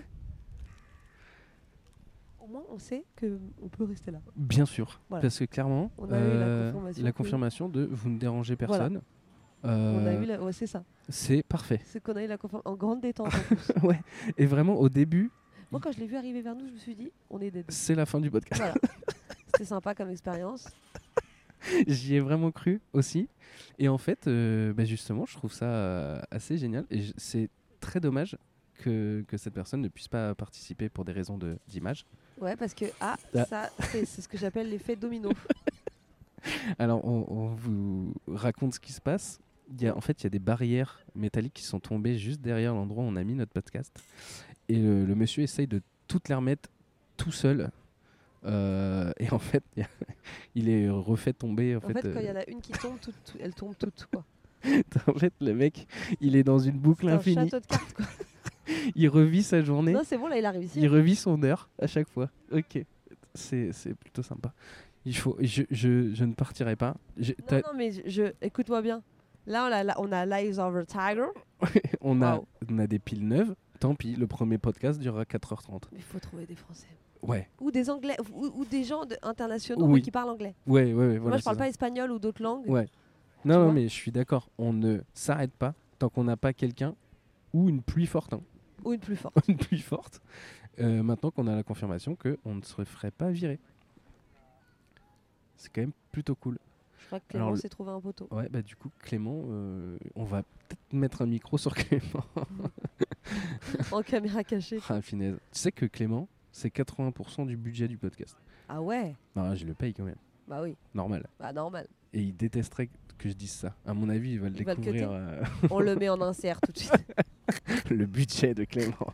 Au moins, on sait qu'on peut rester là. Bien sûr. Voilà. Parce que clairement, On a eu la confirmation que- confirmation de vous ne dérangez personne. On a eu ouais, c'est ça. C'est parfait. C'est qu'on a eu la confirmation en grande détente. En plus. Ouais. Et vraiment, au début, Moi, quand je l'ai vu arriver vers nous, je me suis dit, on est dead. c'est la fin du podcast. Voilà. C'était sympa comme expérience. J'y ai vraiment cru aussi. Et en fait, bah justement, je trouve ça assez génial. Et c'est très dommage que cette personne ne puisse pas participer pour des raisons d'image. Ouais, parce que Ah. ça, c'est ce que j'appelle l'effet domino. Alors, on vous raconte ce qui se passe. En fait, il y a des barrières métalliques qui sont tombées juste derrière l'endroit où on a mis notre podcast. Et le monsieur essaye de toutes les remettre tout seul. Et en fait, il est refait tomber. En fait, quand il y en a une qui tombe, elle tombe toute. Quoi. En fait, le mec, il est dans une boucle C'est un infinie. château de cartes. Quoi. Il revit sa journée. Non, c'est bon, là, il a réussi. Il revit son heure à chaque fois. Ok, c'est plutôt sympa. Je ne partirai pas. Non, mais écoute-moi bien. Là, on a Lives of a Tiger. on a Wow. des piles neuves. Tant pis, le premier podcast durera 4h30. Mais il faut trouver des Français. Ouais, Ou des Anglais, ou des gens internationaux Oui. mais qui parlent anglais. ouais. Voilà, Moi, je c'est parle ça. pas espagnol ou d'autres langues. Ouais. Tu Non, vois mais je suis d'accord. On ne s'arrête pas tant qu'on n'a pas quelqu'un ou une pluie forte. Hein. Ou une plus forte. Une pluie forte. Maintenant qu'on a la confirmation qu'on ne se ferait pas virer. C'est quand même plutôt cool. Je crois que Alors, Clément s'est trouvé un poteau. Ouais, bah du coup, Clément, on va peut-être mettre un micro sur Clément. En caméra cachée. Ah, finesse. Tu sais que Clément, c'est 80% du budget du podcast. Ah ouais. Non, je le paye quand même. Bah oui. Normal. Bah normal. Et il détesterait que je dise ça. À mon avis, il va le Il va le découvrir. On le met en insert tout de suite. Le budget de Clément.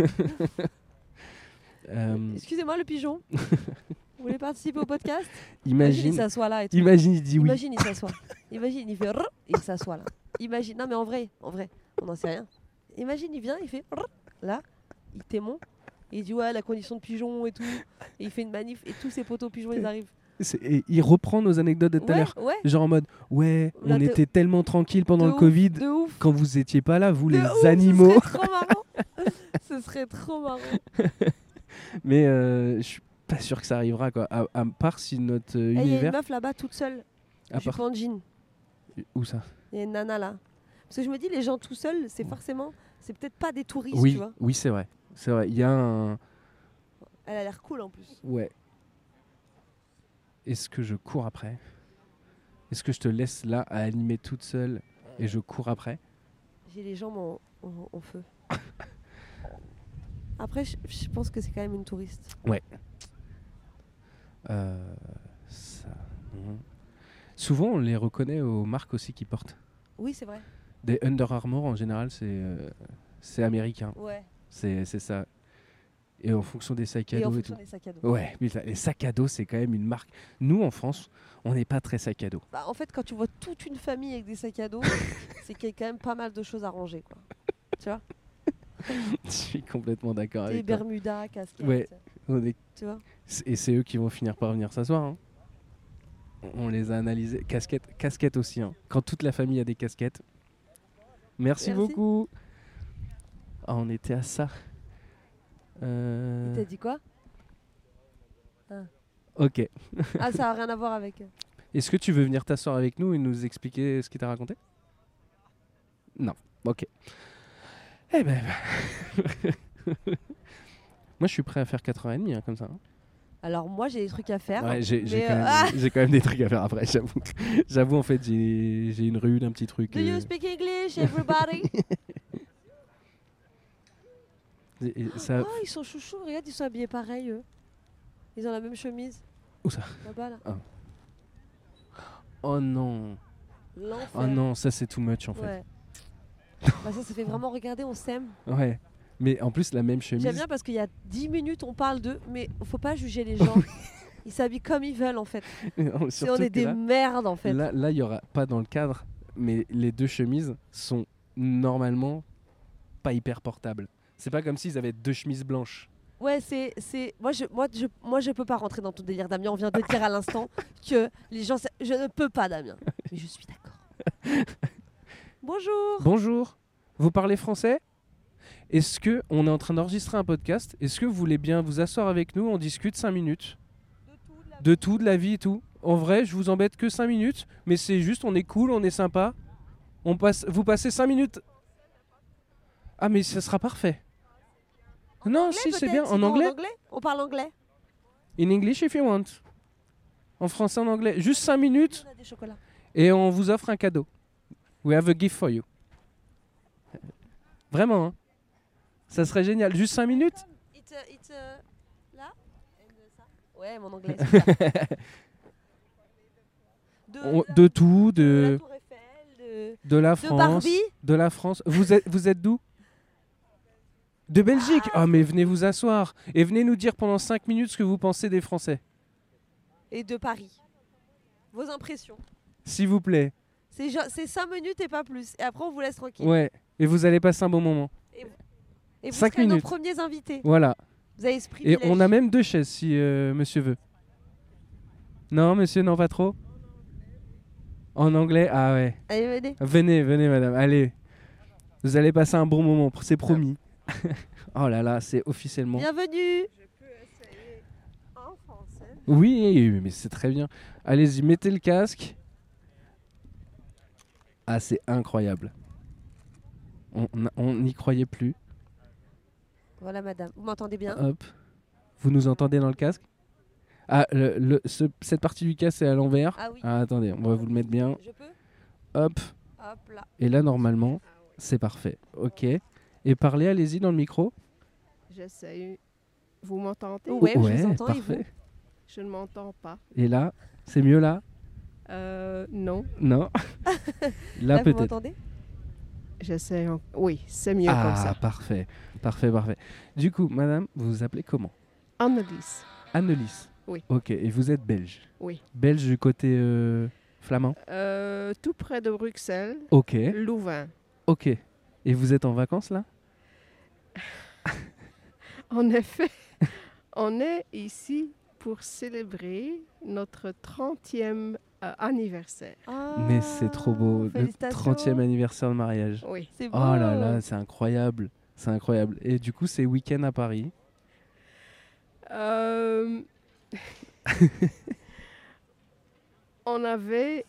Excusez-moi le pigeon. Vous voulez participer au podcast? Imagine, il s'assoit là et tout. imagine, il dit oui. Imagine, il s'assoit. Imagine, il fait rrr, et il s'assoit là. Imagine, non mais en vrai, on n'en sait rien. Imagine, il vient, il fait rrr, là, il témoin, et il dit ouais, la condition de pigeon et tout. Et il fait une manif et tous ces poteaux pigeons ils arrivent. Et il reprend nos anecdotes de tout à Ouais, l'heure. ouais, Genre en mode, ouais, Là, on de- était tellement tranquille pendant de le ouf, Covid. de ouf. Quand vous étiez pas là, vous De les ouf, animaux. Ce serait trop marrant. Ce serait trop marrant. Mais je suis pas sûr que ça arrivera quoi. À part si notre Il y a une univers. meuf là-bas toute seule, À jupe part... en jean. Où ça? Il y a une nana là. Parce que je me dis, les gens tout seuls, c'est forcément, c'est peut-être pas des touristes, Oui, tu vois. oui, c'est vrai. C'est vrai. Il y a un. Elle a l'air cool en plus. Ouais. Est-ce que je cours après? Est-ce que je te laisse là à animer toute seule et je cours après? J'ai les jambes en feu. Après, je pense que c'est quand même une touriste. Ça. Non. Souvent, on les reconnaît aux marques aussi qu'ils portent. Oui, c'est vrai. Des Under Armour en général, c'est américain. Ouais. C'est ça. Et en fonction des sacs à Et en dos et fonction tout. des sacs à dos. Ouais, putain, les sacs à dos, c'est quand même une marque. Nous, en France, on n'est pas très sac à dos. Bah, en fait, quand tu vois toute une famille avec des sacs à dos, c'est qu'il y a quand même pas mal de choses à ranger, quoi. Tu vois, Je suis complètement d'accord des avec toi. Bermudas, casquettes. Ouais. On est- Tu vois. Et c'est eux qui vont finir par venir s'asseoir. Hein. On les a analysés. Casquettes aussi. Hein. Quand toute la famille a des casquettes. Merci. Beaucoup. Ah, on était à ça. Il t'a dit quoi? Ok. Ah, ça a rien à voir avec. Est-ce que tu veux venir t'asseoir avec nous et nous expliquer ce qu'il t'a raconté? Non, ok. Eh ben... Moi, je suis prêt à faire 4h30, hein, comme ça. Hein. Alors moi j'ai des trucs à faire. Ouais, j'ai mais, quand même des trucs à faire après, j'avoue. J'avoue, en fait, j'ai une rue, un petit truc. Do you speak English, everybody? Ça... Oh, ils sont chouchous, regarde, ils sont habillés pareil, eux. Ils ont la même chemise. Où ça? Là-bas, là. Oh non. L'enfer. Oh non, ça c'est too much en fait. Ouais. Bah ça fait vraiment regarder, on s'aime. Ouais. Mais en plus, la même chemise. J'aime bien parce qu'il y a 10 minutes, on parle d'eux, mais faut pas juger les gens. Ils s'habillent comme ils veulent en fait. Non, Si on surtout est que des là, merdes en fait. là, il y aura pas dans le cadre, mais les deux chemises sont normalement pas hyper portables. C'est pas comme s'ils avaient deux chemises blanches. Ouais, c'est moi je peux pas rentrer dans ton délire, Damien. On vient de dire à l'instant que les gens je ne peux pas, Damien. Mais je suis d'accord. Bonjour. Bonjour. Vous parlez français? Est-ce que on est en train d'enregistrer un podcast? Est-ce que vous voulez bien vous asseoir avec nous? On discute 5 minutes. De tout, de la vie et tout. En vrai, je vous embête que 5 minutes, mais c'est juste, on est cool, on est sympa. Vous passez 5 minutes. Ah, mais ça sera parfait. Non, si, c'est bien. En anglais? On parle anglais. In English if you want. En français, en anglais. Juste 5 minutes On a des chocolats. et on vous offre un cadeau. We have a gift for you. Vraiment, hein. Ça serait génial. Juste 5 minutes? Là. Ouais, mon anglais. Super. De tout, de de la Tour Eiffel, la de France. Barbie. De la France. Vous êtes d'où? De Belgique. Ah, mais venez vous asseoir. Et venez nous dire pendant 5 minutes ce que vous pensez des Français. Et de Paris. Vos impressions. S'il vous plaît. C'est 5 minutes et pas plus. Et après, on vous laisse tranquille. Ouais. Et vous allez passer un bon moment. Et vous 5 serez nos minutes. premiers invités. Voilà. Vous avez ce Et privilège. on a même 2 chaises si monsieur veut. Non, monsieur, non, pas trop. En anglais? Ah ouais. Allez, venez. Madame. Allez. Vous allez passer un bon moment. C'est promis. Oh là là, c'est officiellement. Bienvenue. Je peux essayer en français. Oui, mais c'est très bien. Allez-y, mettez le casque. Ah, c'est incroyable. On n'y croyait plus. Voilà, madame. Vous m'entendez bien? Hop. Vous nous entendez dans le casque? Ah, cette partie du casque est à l'envers. Ah oui. Ah, attendez, on va vous le mettre bien. Je peux? Hop. Hop là. Et là, normalement, c'est parfait. Ok. Et parlez, allez-y dans le micro. J'essaie. vous m'entendez? Ouais, je vous entends, et parfait. Je ne m'entends pas. Et là, c'est mieux là? Non. Non. Là, vous peut-être. m'entendez? J'essaie. Oui, c'est mieux comme Ah, ça. parfait. Du coup, madame, vous vous appelez comment? Annelies. Annelies. Oui. Ok, et vous êtes belge? Oui. Belge du côté flamand? Tout près de Bruxelles. Ok, Louvain. ok. Et vous êtes en vacances là? En effet, on est ici pour célébrer notre 30e anniversaire. Mais c'est trop beau, le Félicitations. 30e anniversaire de mariage. Oui. C'est beau. Oh là là, c'est incroyable. C'est incroyable. Et du coup, c'est week-end à Paris. On avait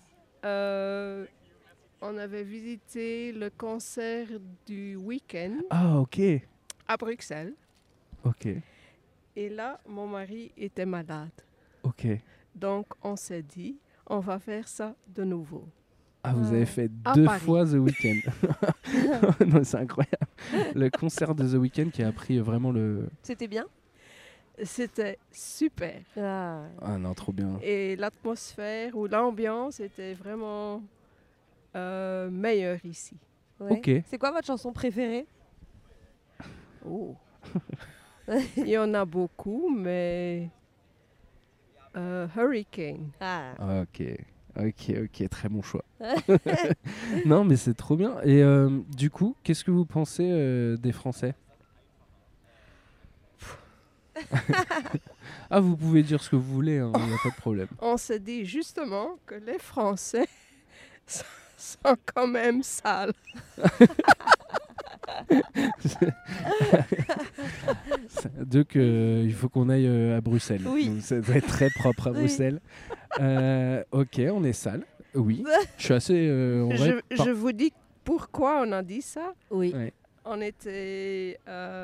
visité le concert du week-end Ah, ok. à Bruxelles. Ok. Et là, mon mari était malade. Ok. Donc, on s'est dit, on va faire ça de nouveau. Ah, vous avez fait À 2 Paris. fois The Weeknd. Non, c'est incroyable. Le concert de The Weeknd qui a pris vraiment le... C'était bien? C'était super. Ah. Ah non, trop bien. Et l'atmosphère ou l'ambiance était vraiment meilleure ici. Ouais. Ok. C'est quoi votre chanson préférée? Oh. Il y en a beaucoup, mais Hurricane. Ah. Ok, très bon choix. Non, mais c'est trop bien. Et du coup, qu'est-ce que vous pensez des Français? Ah, vous pouvez dire ce que vous voulez, il n'y a pas de problème. On s'est dit justement que les Français sont quand même sales. Donc, il faut qu'on aille à Bruxelles. Oui. Donc, ça doit être très propre à Oui. Bruxelles. Ok, on est sale. Oui, je suis assez... en vrai, Je vous dis pourquoi on a dit ça? Oui. Ouais. On était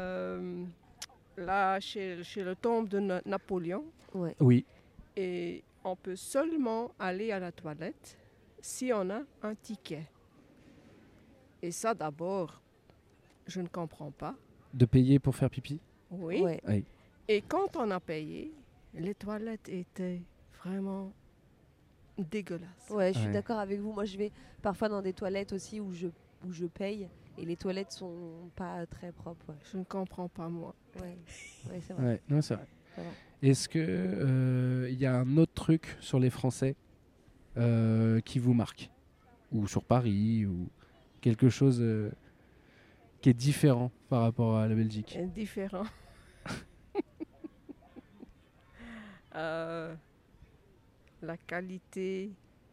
là chez le tombe de Napoléon Ouais. Oui. et on peut seulement aller à la toilette si on a un ticket. Et ça, d'abord, je ne comprends pas. De payer pour faire pipi. Oui. Ouais. Oui. Et quand on a payé, les toilettes étaient vraiment dégueulasses. Ouais, je suis Ouais. d'accord avec vous. Moi, je vais parfois dans des toilettes aussi où je paye et les toilettes sont pas très propres. Je ne comprends pas, moi. Ouais, ouais, c'est vrai. Ouais. Non, c'est vrai. C'est vrai. Est-ce que il y a un autre truc sur les Français qui vous marque, ou sur Paris, ou quelque chose qui est différent par rapport à la Belgique? Différent. La qualité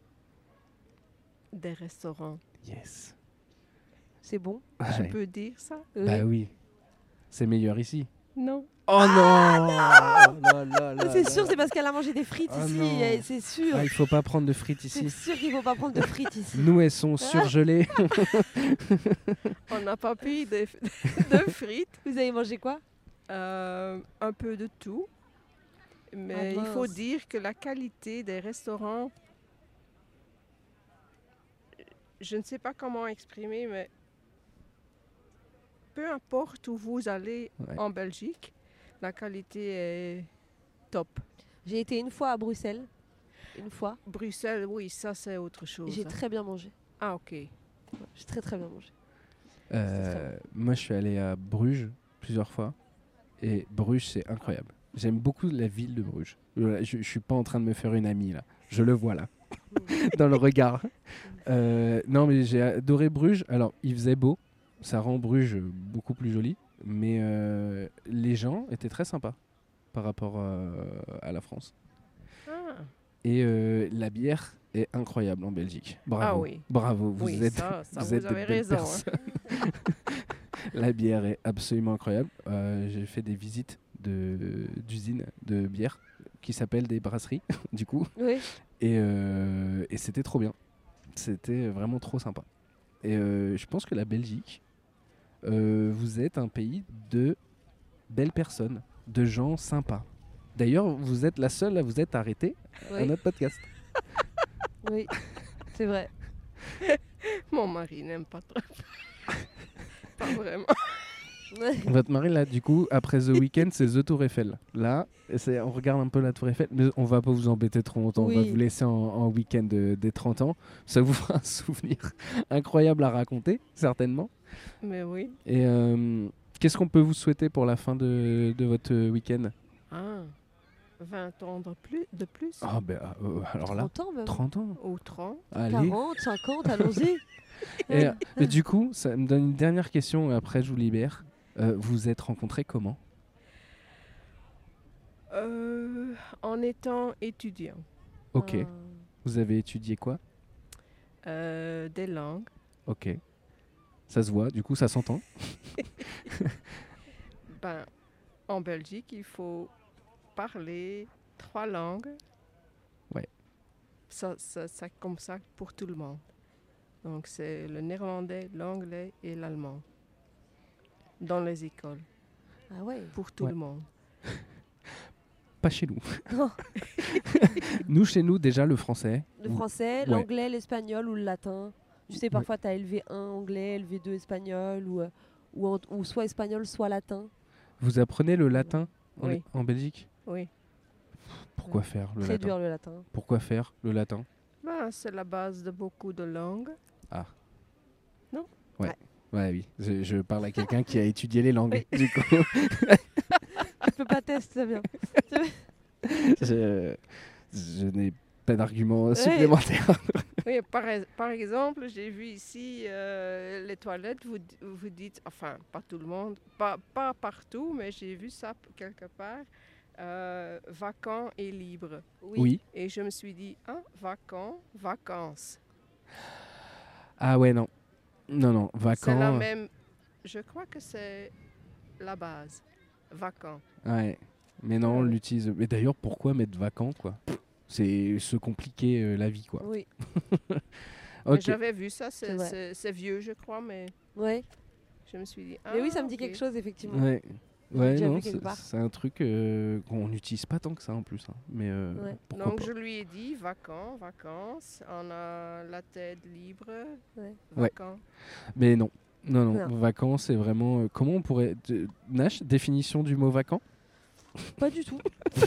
des restaurants. Yes. C'est bon. Je Ouais. peux dire ça? Bah oui. C'est meilleur ici. Non. Oh non, là, là, C'est là. sûr, c'est parce qu'elle a mangé des frites Ah ici. non. C'est sûr. Ah, il faut pas prendre de frites C'est ici. sûr qu'il faut pas prendre de frites ici. Nous, elles sont surgelées. On n'a pas pris de frites. Vous avez mangé quoi? Un peu de tout. Mais Ah, il faut mince. dire que la qualité des restaurants, je ne sais pas comment exprimer, mais peu importe où vous allez Ouais. en Belgique, la qualité est top. J'ai été une fois à Bruxelles. Une fois. Bruxelles, oui, ça c'est autre chose. J'ai hein. très bien mangé. Ah, ok. J'ai très très bien mangé. Moi, je suis allé à Bruges plusieurs fois. Et Bruges, c'est incroyable. J'aime beaucoup la ville de Bruges. Je suis pas en train de me faire une amie, là. Je le vois, là. Dans le regard. Non, mais j'ai adoré Bruges. Alors, il faisait beau. Ça rend Bruges beaucoup plus joli. Mais les gens étaient très sympas par rapport à la France. Ah, Et la bière est incroyable en Belgique. Bravo. Ah oui. Bravo. Vous oui, êtes, ça vous êtes vous de avez belles raison. hein. personnes. La bière est absolument incroyable. J'ai fait des visites d'usines de bière qui s'appellent des brasseries, du coup. Oui. Et c'était trop bien. C'était vraiment trop sympa. Et je pense que la Belgique, vous êtes un pays de belles personnes, de gens sympas. D'ailleurs, vous êtes la seule à vous être arrêtée à Oui. notre podcast. Oui. C'est vrai. Mon mari n'aime pas trop. Pas vraiment. Votre mari, là, du coup, après The Weeknd, c'est The Tour Eiffel. Là, on regarde un peu la Tour Eiffel, mais on va pas vous embêter trop longtemps. On va Oui. vous laisser en week-end des 30 ans. Ça vous fera un souvenir incroyable à raconter, certainement. Mais oui. Et qu'est-ce qu'on peut vous souhaiter pour la fin de votre week-end? Ah, 20 ans de plus Ah, ben, alors là, 30 ans même. 30 ans. ou 30. Allez. 40, 50, allons-y. Et, mais du coup, ça me donne une dernière question et après je vous libère. Vous êtes rencontrés comment? En étant étudiant, Ok. Vous avez étudié quoi? des langues. Ok. Ça se voit, du coup ça s'entend. Ben, en Belgique, il faut parler 3 langues. Ouais. Ça comme ça pour tout le monde. Donc, c'est le néerlandais, l'anglais et l'allemand. Dans les écoles, Ah ouais. pour tout Ouais. le monde. Pas chez nous. Non. Nous, chez nous, déjà le français. Le français, Ouais. l'anglais, l'espagnol ou le latin. Tu sais, parfois, tu as LV1 anglais, LV2 espagnol ou soit espagnol, soit latin. Vous apprenez le latin Oui. en Belgique? Oui. Pourquoi faire le Très latin? dur le latin. Pourquoi faire le latin? Ben, c'est la base de beaucoup de langues. Ouais, oui. Je parle à quelqu'un qui a étudié les langues. Oui. Du coup, Tu peux pas tester, c'est bien. je n'ai pas d'argument supplémentaire. Oui, par exemple, j'ai vu ici les toilettes, vous dites, enfin, pas tout le monde, pas partout, mais j'ai vu ça quelque part, vacant et libre. Oui. Et je me suis dit, vacant, vacances. Ah ouais, non. Non, C'est la vacant. même, je crois que c'est la base, vacant. Ouais. Mais non, on Ouais. l'utilise. Mais d'ailleurs, pourquoi mettre vacant, quoi? C'est se compliquer la vie, quoi. Oui. Mais Ok. j'avais vu ça, C'est vrai. c'est vieux, je crois, mais Ouais. je me suis dit. Mais oui, ça me ok. dit quelque chose, effectivement. Ouais. J'ai Ouais, déjà non, vu quelque part. c'est un truc qu'on n'utilise pas tant que ça en plus. Hein. Mais Ouais. pourquoi Donc pas. je lui ai dit vacances, on a la tête libre, Ouais. vacances. Mais non. Non, Non. vacances, c'est vraiment. Comment on pourrait. Nash, définition du mot vacant. Pas du tout.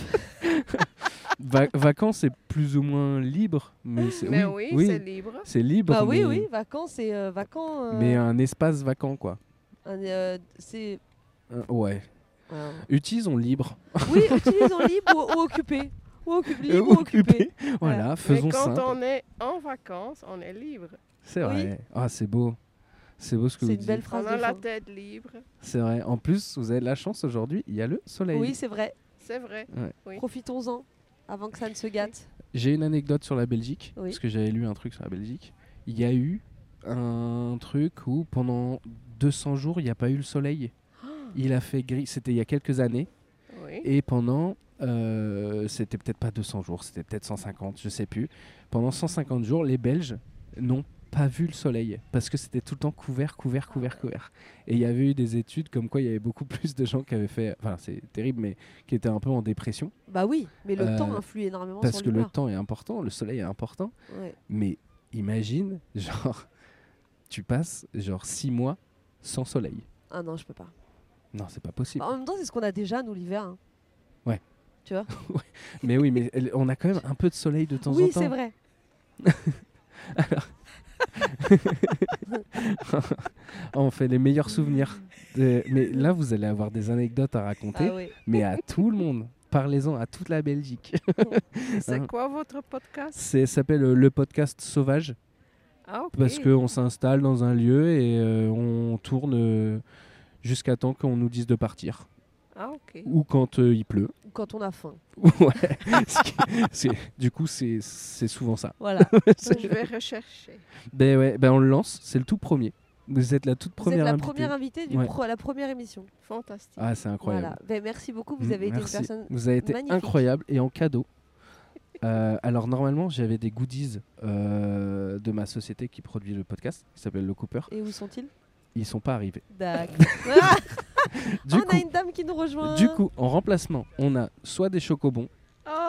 Vacances, c'est plus ou moins libre. Mais, Mais oui, c'est libre. c'est libre. Bah oui, mais, oui, vacances, c'est mais un espace vacant, quoi. c'est. Ouais. euh, Utilisons libre. Oui, utilisons libre ou occupé. Libre ou occupé. Voilà, Mais faisons quand simple. on est en vacances, on est libre. C'est vrai. Ah, c'est beau. C'est beau ce que C'est vous une dites. belle phrase On a de la fin. tête libre. C'est vrai. En plus, vous avez de la chance aujourd'hui, il y a le soleil. Oui, c'est vrai. C'est vrai. Oui. Profitons-en avant que ça ne se gâte. J'ai une anecdote sur la Belgique, Oui. parce que j'avais lu un truc sur la Belgique. Il y a eu un truc où pendant 200 jours, il n'y a pas eu le soleil. Il a fait gris, c'était il y a quelques années, Oui. et pendant, c'était peut-être pas 200 jours, c'était peut-être 150, je sais plus. Pendant 150 jours, les Belges n'ont pas vu le soleil, parce que c'était tout le temps couvert. Et il y avait eu des études comme quoi il y avait beaucoup plus de gens qui avaient fait, enfin c'est terrible, mais qui étaient un peu en dépression, Bah oui, mais le Euh, temps influe énormément parce sur que le l'humeur. temps est important, le soleil est important. Ouais. Mais imagine, genre, tu passes genre 6 mois sans soleil. Ah non, je peux pas. Non, c'est pas possible. En même temps, c'est ce qu'on a déjà, nous, l'hiver. Hein. Ouais. Tu vois. Mais oui, mais on a quand même un peu de soleil de temps en Oui, temps. c'est vrai. On fait les meilleurs souvenirs. Mais là, vous allez avoir des anecdotes à raconter, Ah oui. mais à tout le monde. Parlez-en à toute la Belgique. C'est Hein. quoi votre podcast? Ça s'appelle le podcast Sauvage, Ah, ok. parce qu'on s'installe dans un lieu et on tourne jusqu'à temps qu'on nous dise de partir. Ah, ok. Ou quand il pleut. Ou quand on a faim. Ouais. Du coup, c'est souvent ça. Voilà. Je vais rechercher. Ben ouais, ben on le lance, c'est le tout premier. Vous êtes la toute Vous êtes première la invitée. première invitée Ouais. la première émission. Fantastique. Ah, c'est incroyable. Voilà. Ben, merci beaucoup. Vous avez été une Merci. personne. Vous avez été magnifique. incroyable et en cadeau. Alors normalement, j'avais des goodies de ma société qui produit le podcast, qui s'appelle Le Cooper. Et où sont-ils? Ils sont pas arrivés. D'accord. Ah, Du on coup, a une dame qui nous rejoint. du coup, en remplacement, on a soit des chocobons, Oh,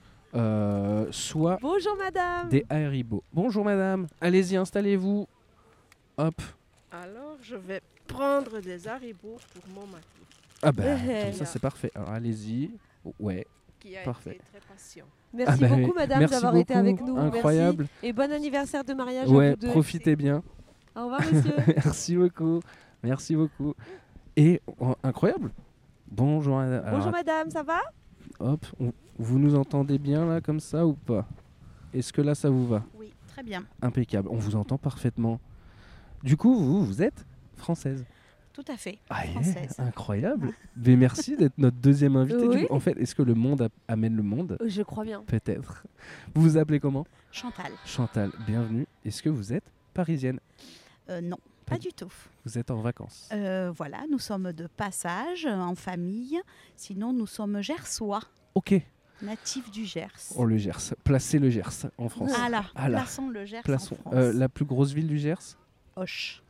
soit Bonjour madame. des Haribo. Bonjour madame, allez-y, installez-vous. Hop. alors je vais prendre des haribots pour mon mari, Ah bah, Eh. comme ça c'est parfait. Alors allez-y. Ouais. qui a Parfait. été très patient. Merci Ah bah beaucoup oui. madame Merci d'avoir été beaucoup. avec nous. Incroyable. Merci. Et bon anniversaire de mariage à Ouais, vous deux. profitez bien. Au revoir monsieur. Merci beaucoup. Merci beaucoup. Et incroyable. Bonjour. Alors, Bonjour madame, ça va? hop, vous nous entendez bien là comme ça ou pas? Est-ce que là ça vous va? Oui, très bien. Impeccable. On vous entend parfaitement. Du coup, vous êtes française. Tout à fait. Ah, yeah, Française. incroyable. Mais merci d'être notre deuxième invité. Oui. En fait, est-ce que le monde amène le monde? Je crois bien. Peut-être. Vous vous appelez comment? Chantal. Chantal, bienvenue. Est-ce que vous êtes parisienne? Non, Pas pas du tout. Vous êtes en vacances? Voilà, nous sommes de passage en famille. Sinon, nous sommes gersois, Ok. natifs du Gers. Oh, le Gers. Placez le Gers en France. Ah là, Ah là. plaçons le Gers Plaçons. en France. La plus grosse ville du Gers? Auch.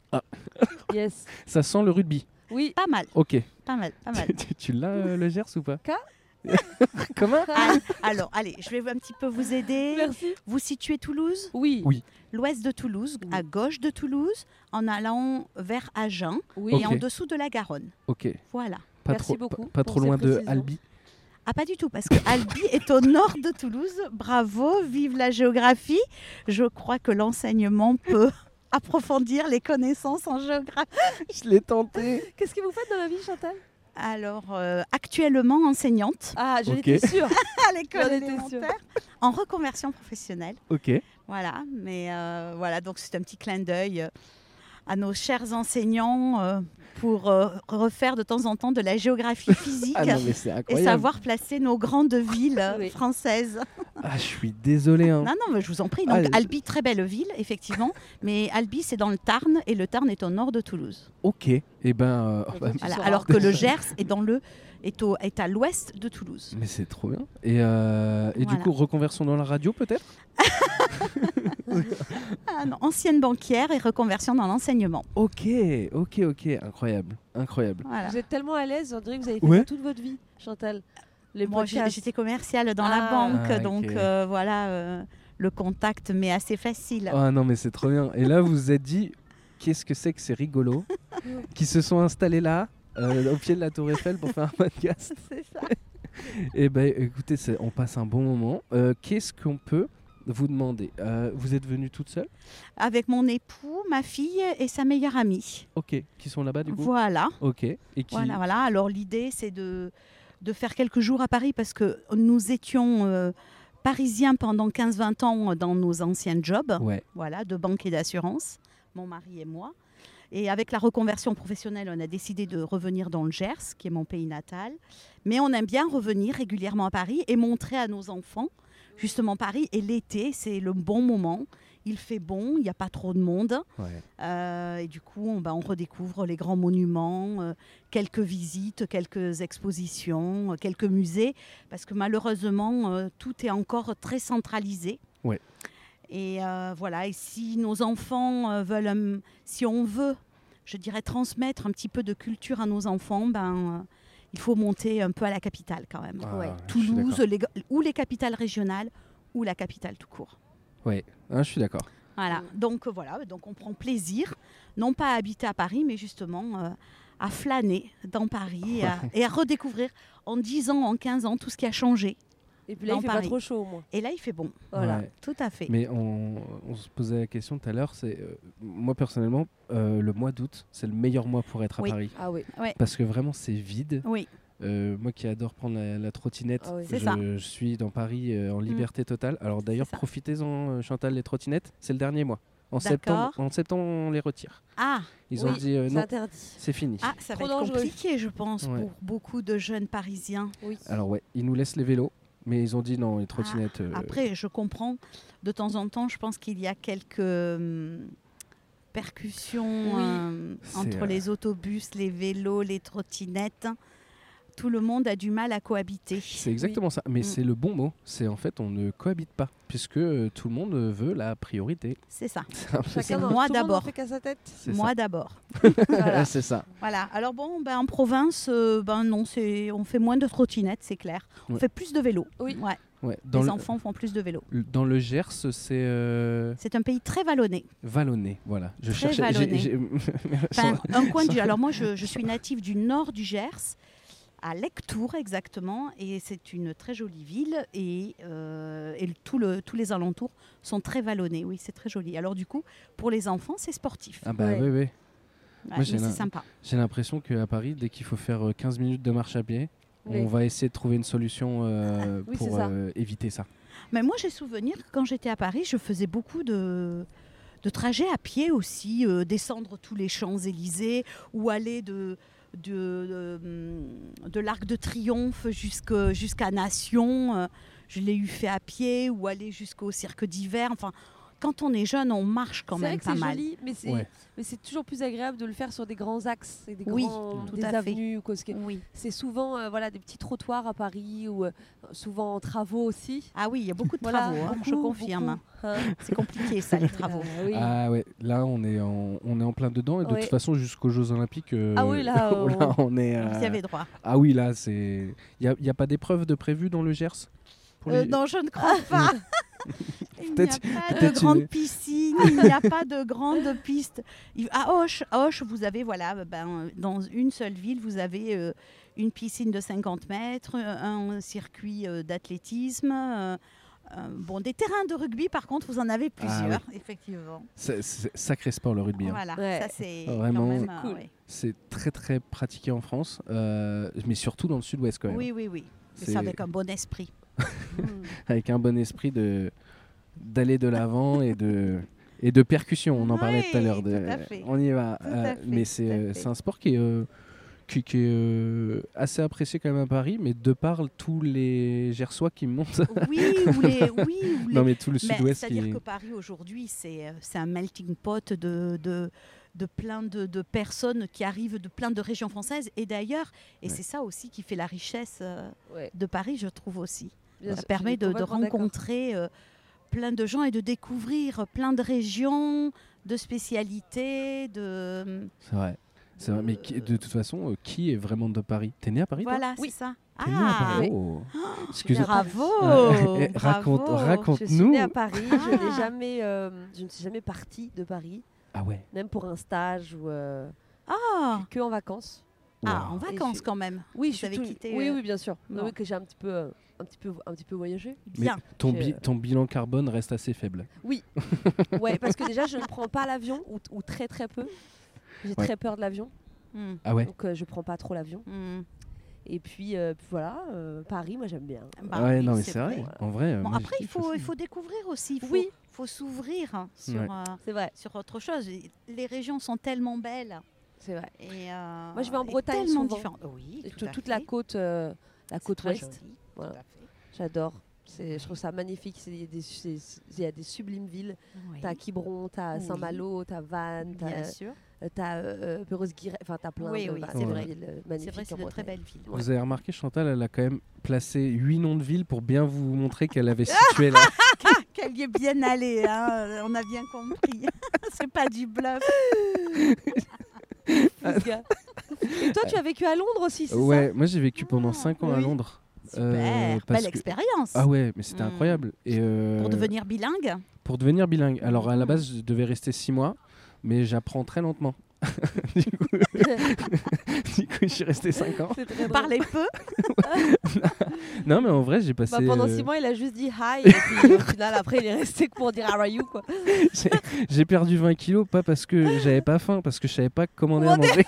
Yes. Ça sent le rugby. Oui. Pas mal, Ok. pas mal, pas mal. Tu l'as le Gers ou pas? Quoi? Comment? Alors, allez, je vais un petit peu vous aider. Merci. Vous situez Toulouse, Oui. Oui. l'ouest de Toulouse, Oui. à gauche de Toulouse, en allant vers Agen Oui. Ok. et en dessous de la Garonne. Ok. Voilà. Pas Merci trop, beaucoup pas pour trop ces loin de précisions. Albi. Ah, pas du tout, parce que Albi est au nord de Toulouse. Bravo, vive la géographie. Je crois que l'enseignement peut approfondir les connaissances en géographie. Je l'ai tenté. Qu'est-ce que vous faites dans la vie, Chantal? Alors, actuellement enseignante Ah, j'en Ok. étais sûre. à l'école J'en étais élémentaire, en reconversion professionnelle. Ok. Voilà, mais voilà, donc c'est un petit clin d'œil à nos chers enseignants pour refaire de temps en temps de la géographie physique. Ah non, mais c'est Et incroyable. savoir placer nos grandes villes Oui. françaises. Ah, je suis désolé. Hein. Non, non, mais je vous en prie. Donc, Ah, Albi, très belle ville, effectivement. Mais Albi, c'est dans le Tarn et le Tarn est au nord de Toulouse. Ok. Eh ben. Eh ben, tu Voilà. sauras. Alors que le Gers est à l'ouest de Toulouse. Mais c'est trop bien. Et du Voilà. coup, reconversion dans la radio peut-être? Ah non, ancienne banquière et reconversion dans l'enseignement. Ok, incroyable. Voilà. Vous êtes tellement à l'aise, on dirait que vous avez fait Ouais. ça toute votre vie, Chantal. Les Moi, podcasts. j'étais commerciale dans la banque, Ah, donc ok. voilà, le contact m'est assez facile. Ah non, mais c'est trop bien. Et là, vous vous êtes dit, qu'est-ce que c'est rigolo, qui se sont installés là, au pied de la Tour Eiffel pour faire un podcast. C'est ça. Et ben, écoutez, on passe un bon moment. Qu'est-ce qu'on peut vous demander? Vous êtes venue toute seule? Avec mon époux, ma fille et sa meilleure amie. Ok, qui sont là-bas du coup? Voilà. Ok, et qui... Voilà. Alors l'idée, c'est de faire quelques jours à Paris parce que nous étions parisiens pendant 15-20 ans dans nos anciens jobs, Ouais, voilà, de banque et d'assurance, mon mari et moi. Et avec la reconversion professionnelle, on a décidé de revenir dans le Gers, qui est mon pays natal. Mais on aime bien revenir régulièrement à Paris et montrer à nos enfants, justement Paris. Et l'été, c'est le bon moment. Il fait bon, il n'y a pas trop de monde. ouais. Et du coup, on redécouvre les grands monuments, quelques visites, quelques expositions, quelques musées. Parce que malheureusement, tout est encore très centralisé. Ouais. Et voilà, et si nos enfants veulent, si on veut, je dirais, transmettre un petit peu de culture à nos enfants, il faut monter un peu à la capitale quand même. Ah, Ouais. je suis Toulouse, d'accord. ou les capitales régionales, ou la capitale tout court. Ouais, ah, je suis d'accord. Voilà, donc donc on prend plaisir, non pas à habiter à Paris, mais justement à flâner dans Paris et à redécouvrir en 10 ans, en 15 ans, tout ce qui a changé. Et puis là, il dans fait pas Paris. trop chaud au moins. Et là, il fait bon. Voilà. Ouais. Tout à fait. Mais on se posait la question tout à l'heure, c'est moi personnellement, le mois d'août, c'est le meilleur mois pour être à Oui. Paris. Ah oui. Parce que vraiment, c'est vide. Oui, Moi qui adore prendre la trottinette, Ah oui. C'est ça. je suis dans Paris en liberté totale. Alors d'ailleurs, ça. profitez-en, Chantal, les trottinettes, c'est le dernier mois. En D'accord. septembre, on les retire. ah, Ils Oui, ont dit c'est non, interdit. c'est fini. ça Trop va être dangereux. compliqué, je pense, Ouais. pour beaucoup de jeunes Parisiens. Oui. Alors ouais, ils nous laissent les vélos, mais ils ont dit non, les trottinettes. Après, je comprends, de temps en temps, je pense qu'il y a quelques percussions Oui. entre les autobus, les vélos, les trottinettes. Tout le monde a du mal à cohabiter. C'est exactement ça, mais Mm. c'est le bon mot. C'est en fait, on ne cohabite pas, puisque tout le monde veut la priorité. C'est ça. C'est un peu C'est ça. Chacun moi tout le monde en d'abord. fait qu'à sa tête. C'est Moi d'abord. Voilà. c'est ça. Voilà. Alors bon, en province, non, on fait moins de trottinettes, c'est clair. On Ouais. fait plus de vélo. Oui. Ouais. Ouais. Les enfants font plus de vélo. Dans le Gers, c'est C'est un pays très vallonné. vallonné. Voilà. Je Très cherchais. vallonné. Enfin, un coin alors moi, je suis native du nord du Gers, à Lectoure exactement, et c'est une très jolie ville, et tous les alentours sont très vallonnés. Oui, c'est très joli. Alors du coup, pour les enfants, c'est sportif. Ah bah Ouais. oui. Ouais, moi, j'ai mais c'est l'im- sympa. J'ai l'impression qu'à Paris, dès qu'il faut faire 15 minutes de marche à pied, Oui. on va essayer de trouver une solution Oui, pour c'est ça. éviter ça. Mais moi, j'ai souvenir que quand j'étais à Paris, je faisais beaucoup de trajets à pied aussi, descendre tous les Champs-Élysées ou aller de l'Arc de Triomphe jusqu'à Nation. Je l'ai eu fait à pied, ou aller jusqu'au Cirque d'hiver. Enfin, quand on est jeune, on marche quand C'est vrai même que pas c'est mal. joli, mais Ouais. c'est toujours plus agréable de le faire sur des grands axes et des Oui, des tout à fait. avenues. Parce que Oui. c'est souvent voilà, des petits trottoirs à Paris ou souvent en travaux aussi. Ah oui, il y a beaucoup de Voilà, travaux, hein, je beaucoup, confirme. beaucoup, hein. C'est compliqué ça, les travaux. Oui. Ah ouais, là on est en plein dedans et de Ouais. toute façon jusqu'aux Jeux Olympiques. Ah oui, là, là, on est. Vous y avez droit. Ah oui, là c'est. Il y a pas d'épreuve de prévu dans le Gers pour les- Non, je ne crois pas. Il n'y a Peut-être- pas de peut-être grande une- piscine, il n'y a pas de grande piste. À Auch, vous avez, dans une seule ville, vous avez une piscine de 50 mètres, un circuit d'athlétisme. Des terrains de rugby, par contre, vous en avez plusieurs, effectivement. C'est sacré sport le rugby. Hein. Voilà, Ouais. ça c'est Vraiment, quand même, c'est cool. ouais. C'est très très pratiqué en France, mais surtout dans le sud-ouest quand même. Oui. Mais C'est- ça avec un bon esprit. Avec un bon esprit d'aller de l'avant et de percussion. On en parlait tout à Oui, l'heure. tout à fait. On y va. Tout à fait, Mais tout à fait. c'est un sport qui est assez apprécié quand même à Paris, mais de par tous les Gersois qui montent. Non mais tout le Mais sud-ouest c'est-à-dire qui. que Paris aujourd'hui, c'est un melting pot de plein de personnes qui arrivent de plein de régions françaises et d'ailleurs. Et Ouais. c'est ça aussi qui fait la richesse Ouais. de Paris, je trouve aussi. Bien Ça sûr, permet je suis de complètement d'accord. rencontrer plein de gens et de découvrir plein de régions, de spécialités, de... C'est vrai. C'est vrai. Mais de toute façon, qui est vraiment de Paris? T'es né à Paris, toi? Voilà, Oui. c'est ça. T'es né à Paris. oui. Oh. Excusez- Bravo, Raconte, bravo. Je suis raconte-nous. née à Paris, je Ah. ne suis jamais partie de Paris, Ah ouais. même pour un stage ou Ah, que en vacances. en Wow. vacances je- quand même. Oui, Vous je suis avez quitté, Oui, oui, bien sûr. bon. Oui, que j'ai un petit peu voyagé. Mais Bien. ton bilan carbone reste assez faible. Ouais, parce que déjà, je ne prends pas l'avion ou très très peu. J'ai Ouais. très peur de l'avion, Mm, Ah ouais. donc je prends pas trop l'avion. mm. Et puis voilà, Paris, moi j'aime bien. Bah ouais, oui, non, mais c'est vrai. En vrai. Bon, moi, après, je il kiffe aussi. faut découvrir aussi. Oui. faut s'ouvrir sur, Ouais. C'est vrai, sur autre chose. Les régions sont tellement belles. c'est vrai. Et, Moi, je vais en et Bretagne tellement souvent. différentes. Oui, Et tout à toute fait. la côte C'est très ouest, joli, voilà. tout à fait. j'adore. Je trouve ça magnifique. Il y a des sublimes villes. Oui, T'as Quiberon, t'as Oui. Saint-Malo, t'as Vannes, bien sûr. t'as Perros-Guirec, enfin t'as plein Oui, de oui, bah, c'est de vrai. villes C'est magnifiques vrai, c'est en de très Bretagne. belles villes. Vous avez remarqué, Chantal, elle a quand même placé 8 noms de villes pour bien vous montrer qu'elle avait situé là. Qu'elle y est bien allée, hein, on a bien compris. C'est pas du bluff. Ce gars. Et toi, tu as vécu à Londres aussi, c'est Ouais, moi j'ai vécu pendant Ah, 5 ans à oui. Londres. Super, parce belle que- expérience. Ah ouais, mais c'était Mm. incroyable. Et Pour devenir bilingue. pour devenir bilingue. Alors à la Mm. base, je devais rester 6 mois, mais j'apprends très lentement. du, coup, ça du coup, je suis resté 5 ans. C'est très drôle. Parlez peu. Non, mais en vrai, j'ai passé. Bah, pendant 6 mois, il a juste dit hi, et puis au final, après, il est resté que pour dire how are you, quoi. J'ai perdu 20 kilos, pas parce que j'avais pas faim, parce que je savais pas commander à manger.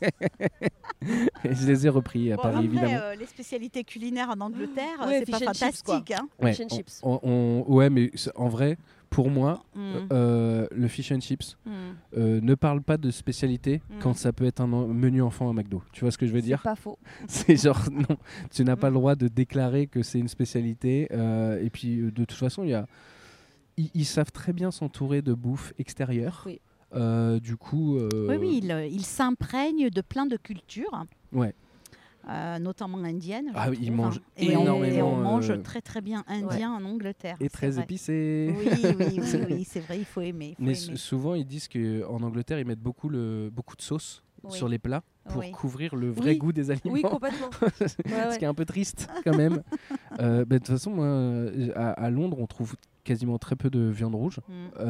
Et je les ai repris à Bon, Paris, après, évidemment. les spécialités culinaires en Angleterre, Ouais, c'est pas fish and chips, quoi. fantastique. Hein. Ouais, fish and chips. ouais, mais en vrai, pour moi, Mm. le fish and chips Mm. ne parle pas de spécialité Mm. quand ça peut être un menu enfant à McDo. Tu vois ce que je veux C'est dire? pas faux. C'est genre, non, tu n'as pas Mm. le droit de déclarer que c'est une spécialité. Et puis, de toute façon, ils savent très bien s'entourer de bouffe extérieure. Oui. Du coup. Oui, oui, il s'imprègne de plein de cultures. Ouais. Notamment indienne. je Ah oui, ils trouve, mangent hein. Et on énormément, mange très très bien indien en Angleterre. Et c'est très vrai. épicé. Oui, oui, oui, oui, c'est vrai, il faut aimer. Mais souvent, ils disent qu'en Angleterre, ils mettent beaucoup de sauce Oui. sur les plats pour Oui. couvrir le vrai Oui. goût des aliments. Oui, complètement. Ce qui est un peu triste quand même. De toute façon, moi, à Londres, on trouve quasiment très peu de viande rouge.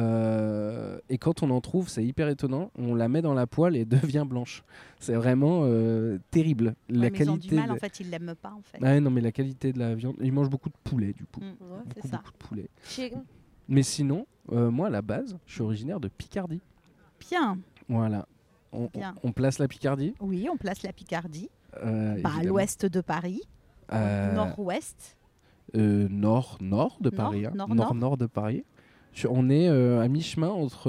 Et quand on en trouve, c'est hyper étonnant. On la met dans la poêle et devient blanche. C'est vraiment terrible. Mais La ils ont du qualité. mal, en fait, ils l'aiment pas, en fait. Ah ouais, non, mais la qualité de la viande. Ils mangent beaucoup de poulet, du coup. Mm. Ouais, c'est ça. Beaucoup de poulet. Chicken. Mais sinon, moi, à la base, je suis originaire de Picardie. Bien. Voilà. Bien. On place la Picardie. Oui, on place la Picardie. À évidemment. l'ouest de Paris, nord-ouest. Nord de Paris. hein. Nord de Paris. On est à mi-chemin entre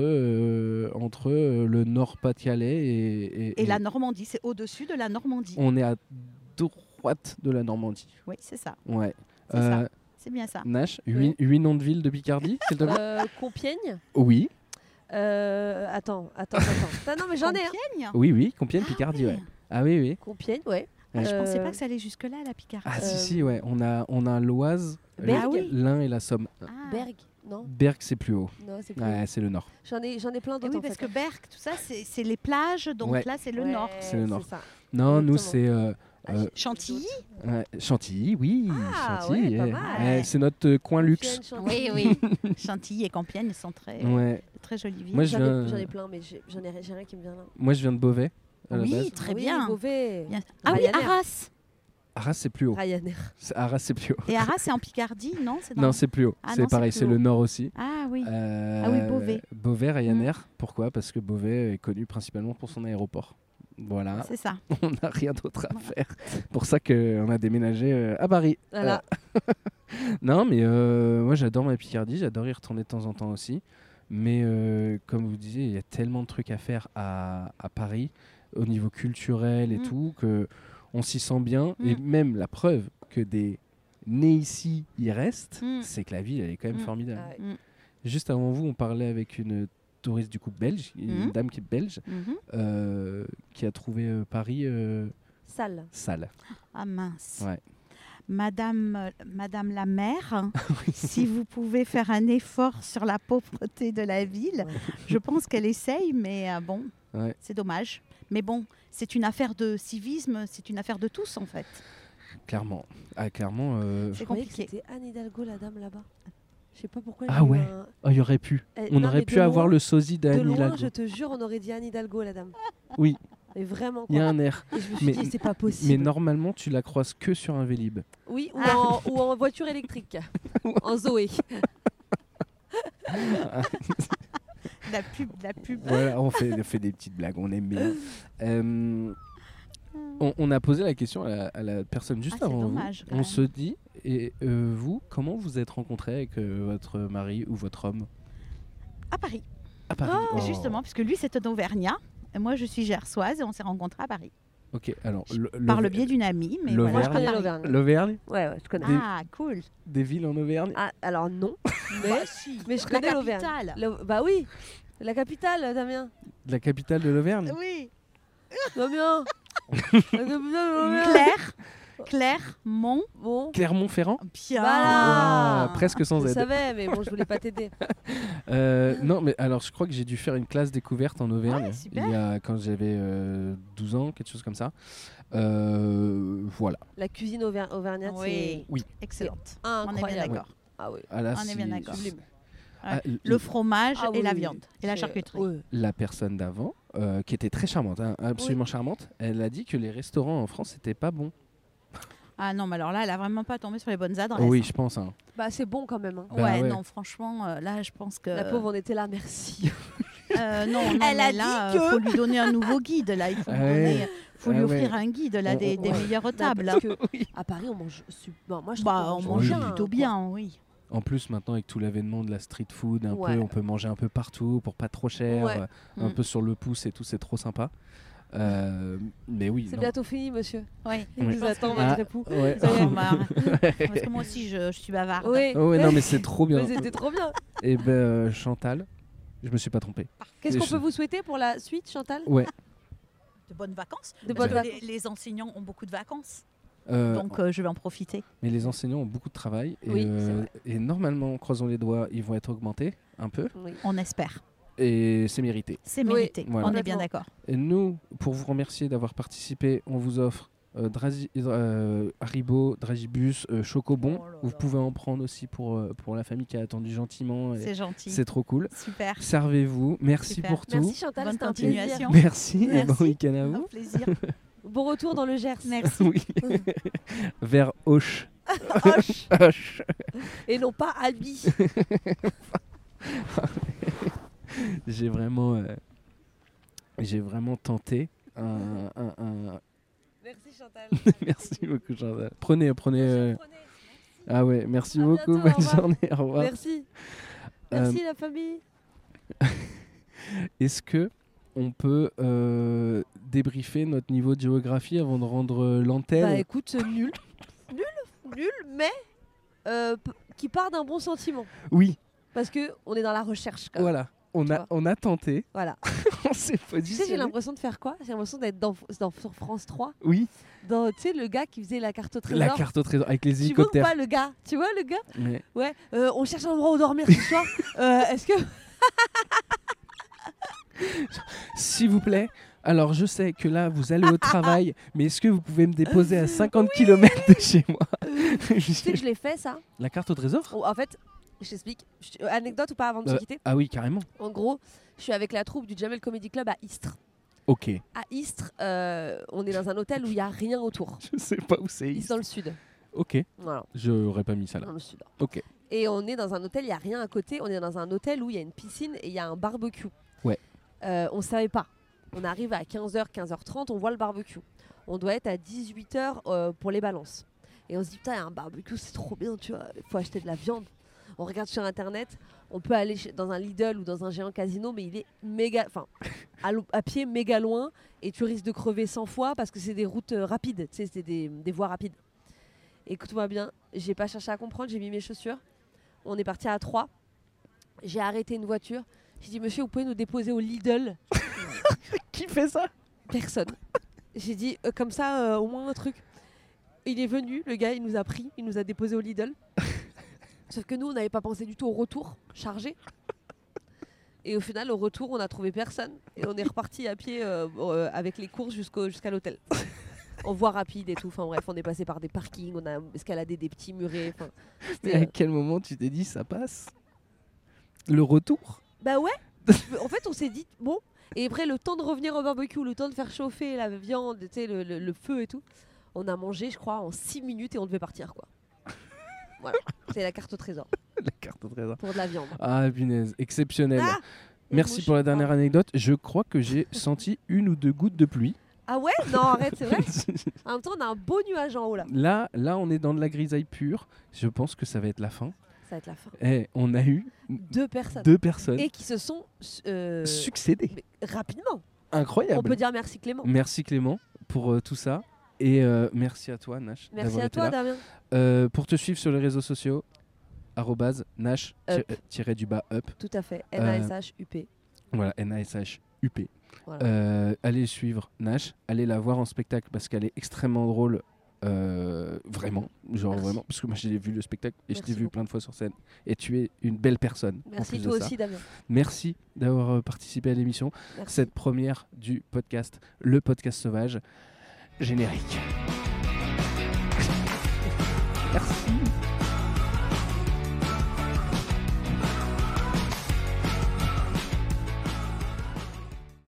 le Nord-Pas-de-Calais Et la Normandie, c'est au-dessus de la Normandie. On est à droite de la Normandie. Oui, c'est ça. Ouais. C'est ça. C'est bien ça. Nash, Oui. 8 noms de villes de Picardie, s'il te plaît. Compiègne. Oui, Attends. Non, mais j'en ai un. Compiègne. oui, Compiègne, Picardie, ouais. Ah oui. Compiègne, ouais. Ouais. Je pensais Euh, pas que ça allait jusque-là, la Picardie. Ah si, ouais. On a l'Oise, Berg. Ah oui. l'Ain et la Somme. Ah. Berg. Non, Berg, c'est plus haut. non, c'est plus. Ouais, c'est le Nord. J'en ai plein Eh d'autres. oui, en parce fait. que Berck, tout ça, c'est les plages, donc Ouais. là, c'est le Ouais, nord. C'est le Nord. ça. Non, nous, Exactement. c'est Chantilly. Chantilly, oui. Ah, Chantilly, ouais, pas ouais. mal. Ouais, c'est notre coin luxe. Compiègne, Oui, Chantilly. oui. Chantilly et Compiègne sont très, Ouais. très jolies villes. Moi, je viens- J'en ai plein, mais j'ai rien qui me vient là. Moi, je viens de Beauvais, à la Oui, base. très Oui, bien. Beauvais. Bien. Ah oui, Ryanair. Arras. Arras, c'est plus haut. Ryanair. Arras, c'est plus haut. Et Arras, c'est en Picardie, non C'est dans- Non, c'est plus haut. Ah c'est non, c'est pareil, plus c'est haut. le Nord aussi. Ah oui. Ah oui, Beauvais. Beauvais, Ryanair. Pourquoi? Parce que Beauvais est connu principalement pour son aéroport. Voilà, C'est ça. on n'a rien d'autre à faire. Pour ça qu'on a déménagé à Paris. Voilà. Non, mais moi j'adore ma Picardie, j'adore y retourner de temps en temps aussi. Mais comme vous disiez, il y a tellement de trucs à faire à Paris, au niveau culturel et Mm. tout, que on s'y sent bien. Et même la preuve que des nés ici y restent, Mm. c'est que la ville elle est quand même Mm. formidable. Ah ouais. Juste avant vous, on parlait avec une touriste du coup belge, une Mhm. dame qui est belge, Mhm. qui a trouvé Paris Sale. sale. Ah mince. Ouais. Madame la maire, si vous pouvez faire un effort sur la pauvreté de la ville. Je pense qu'elle essaye, mais bon, Ouais. c'est dommage. Mais bon, c'est une affaire de civisme, c'est une affaire de tous en fait. Clairement. Ah, clairement. C'est Je croyais que compliqué. c'était Anne Hidalgo, la dame là-bas. Je sais pas pourquoi. Ah j'ai eu ouais. un- Oh, il y aurait pu. On Non, aurait mais pu de avoir loin- le sosie De d'Anne loin, Hidalgo. je te jure, on aurait dit Anne Hidalgo, la dame. Oui, Mais vraiment, il y quoi. a un air. Et je me suis Mais- dit, c'est pas Mais possible. normalement, tu la croises que sur un Vélib. Oui, Ah. ou en voiture électrique. En Zoé. La pub. Voilà, on fait des petites blagues, on aime bien. On a posé la question à la personne juste Ah, c'est avant dommage, vous. quand On même. se dit, et vous, comment vous êtes rencontrés avec votre mari ou votre homme À Paris, à Paris? Oh. justement, puisque lui c'est un Auvergnat, et moi je suis gersoise et on s'est rencontrés à Paris. Ok, alors Par le biais d'une amie, mais l'Auvergne. voilà, Moi, je connais à Paris. l'Auvergne. l'Auvergne, Ouais, je connais. Ah, cool. des villes en Auvergne. Ah, alors non, mais, mais je La connais l'Auvergne. capitale. Bah oui, la capitale, Damien. La capitale de l'Auvergne. Oui. Damien. La capitale de l'Auvergne. Clermont. Bon, Bien. Clermont-Ferrand. Voilà. Ouah, presque sans je aide. savais, mais bon, je voulais pas t'aider. Non, mais alors je crois que j'ai dû faire une classe découverte en Auvergne Ouais, super. quand j'avais 12 ans, quelque chose comme ça. Voilà. La cuisine auvergnate, Oui. Oui. Excellente. c'est On est bien incroyable. d'accord. Ah oui. Ah, là, On est bien d'accord. Sublime. Ah, Le fromage Ah et oui, la oui. viande et la C'est- charcuterie. ouais. la personne d'avant, qui était très charmante, hein, absolument charmante, elle a dit que les restaurants en France n'étaient pas bons. Ah non, mais alors là, elle a vraiment pas tombé sur les bonnes adresses. Oui, je pense. Hein. Bah, c'est bon quand même. Hein. Bah ouais, ouais. non, franchement, là, je pense que. La pauvre, on était là, merci. Non, Elle mais a là, dit que- faut lui donner un nouveau guide. Là, il faut, lui Ouais. donner- faut lui Ah offrir ouais. un guide là, On- des on- meilleures Bah, tables. parce que à Paris, on mange. Bon, moi, je trouve Bah, qu'on on mange mange bien, plutôt quoi. bien, oui. En plus, maintenant, avec tout l'avènement de la street food, Ouais. on peut manger un peu partout pour pas trop cher, Ouais. un Mm. peu sur le pouce et tout, c'est trop sympa. Mais oui. C'est non. bientôt fini, monsieur. Oui. Il Ouais. nous attend, Ah, votre époux. ouais. Vous allez- Bon, bah, parce que moi aussi, je suis bavarde. Oui. Oh ouais, non, mais c'est trop bien. Mais c'était trop bien. Et ben Chantal, je me suis pas trompé. Qu'est-ce Et qu'on je- peut vous souhaiter pour la suite, Chantal Ouais. De bonnes vacances. De Parce bonnes que vacances. les enseignants ont beaucoup de vacances. Euh, Donc, je vais en profiter. Mais les enseignants ont beaucoup de travail Oui, c'est vrai. et normalement, croisons les doigts, ils vont être augmentés un peu Oui. On espère. et c'est mérité. C'est Oui, mérité. voilà. On est bien Complètement. d'accord. Et nous, pour vous remercier d'avoir participé, on vous offre Haribo, Dragibus, Chocobon. Oh là Vous là. pouvez en prendre aussi pour la famille qui a attendu gentiment. et C'est gentil. C'est trop cool. Super. Servez-vous. Merci Super. pour tout. Merci, Chantal. Bonne C'était un plaisir. continuation. Merci et bon Merci. week-end à Un vous. plaisir. Bon retour dans le Gers. Merci. Oui. Vers Auch. Hoche. Auch. Et non pas Albi. J'ai vraiment tenté un- Merci, Chantal. Merci beaucoup, Chantal. Prenez. Ah ouais, merci À beaucoup. bientôt, au Bonne revoir. journée. Au revoir. Merci. Merci, la famille. Est-ce que on peut débriefer notre niveau de géographie avant de rendre l'antenne? Bah écoute, nul. Nul, mais qui part d'un bon sentiment. Oui, Parce que on est dans la recherche, quand même. voilà. On Tu a, vois. on a tenté. Voilà. On s'est Tu sais, j'ai positionné. l'impression de faire quoi? J'ai l'impression d'être sur France 3. Oui, Dans, tu sais, le gars qui faisait la carte au trésor. la carte au trésor avec les Tu vois ou hélicoptères. pas le gars? Tu vois le gars? Mais- Ouais. On cherche un endroit où dormir ce soir. Est-ce que... S'il vous plaît, alors je sais que là vous allez au travail, mais est-ce que vous pouvez me déposer à 50 km de chez moi? Tu sais que je l'ai fait, ça. La carte au trésor? Oh, en fait, je t'explique. Anecdote ou pas avant de se quitter? Ah oui, carrément. En gros, je suis avec la troupe du Jamel Comedy Club à Istres. Ok. À Istres, on est dans un hôtel où il n'y a rien autour. Je sais pas où c'est. Istres dans le sud. Ok. Voilà, J'aurais pas mis ça là. dans le sud. Ok. Et on est dans un hôtel, il n'y a rien à côté. On est dans un hôtel où il y a une piscine et il y a un barbecue. Ouais. On ne savait pas. On arrive à 15h, 15h30, on voit le barbecue. On doit être à 18h pour les balances. Et on se dit, putain, il y a un barbecue, c'est trop bien, tu vois. Il faut acheter de la viande. On regarde sur Internet. On peut aller dans un Lidl ou dans un géant casino, mais il est méga... Enfin, à pied, méga loin. Et tu risques de crever 100 fois parce que c'est des routes rapides. Tu sais, c'est des voies rapides. Écoute-moi bien, j'ai pas cherché à comprendre, j'ai mis mes chaussures. On est parti à 3. J'ai arrêté une voiture. J'ai dit, monsieur, vous pouvez nous déposer au Lidl? Qui fait ça? Personne. J'ai dit, comme ça, au moins un truc. il est venu, le gars, il nous a pris, il nous a déposé au Lidl. Sauf que nous, on n'avait pas pensé du tout au retour, chargé. Et au final, au retour, on a trouvé personne. Et on est reparti à pied avec les courses jusqu'à l'hôtel. En voie rapide et tout. Enfin bref, on est passé par des parkings, on a escaladé des petits murets. Mais à quel moment tu t'es dit ça passe? Le retour? Bah ouais. En fait, on s'est dit, bon. Et après, le temps de revenir au barbecue, le temps de faire chauffer la viande, tu sais, le feu et tout, on a mangé, je crois, en 6 minutes et on devait partir, quoi. Voilà. C'est la carte au trésor. La carte au trésor. Pour de la viande. Ah, punaise, exceptionnel. Ah, Merci mouche. pour la dernière anecdote. Je crois que j'ai senti 1 ou 2 gouttes de pluie. Ah ouais? Non, arrête, c'est vrai. En même temps, on a un beau nuage en haut là. Là, on est dans de la grisaille pure. Je pense que ça va être la fin. Ça va être la fin. Et on a eu 2 personnes. 2 personnes Et qui se sont succédées. mais rapidement. Incroyable. On peut dire merci Clément. Merci Clément pour tout ça. Et merci à toi, Nash. Merci d'avoir à été toi, là. Damien. Pour te suivre sur les réseaux sociaux, @nash_up. Tout à fait. NASHUP. Voilà, NASHUP. Voilà. Allez suivre Nash, allez la voir en spectacle parce qu'elle est extrêmement drôle. Vraiment, genre Merci. vraiment, parce que moi j'ai vu le spectacle et je Merci t'ai vu beaucoup. plein de fois sur scène et tu es une belle personne. en Merci plus toi de ça. aussi, Damien. Merci d'avoir participé à l'émission, Merci. cette première du podcast, le podcast sauvage. Générique.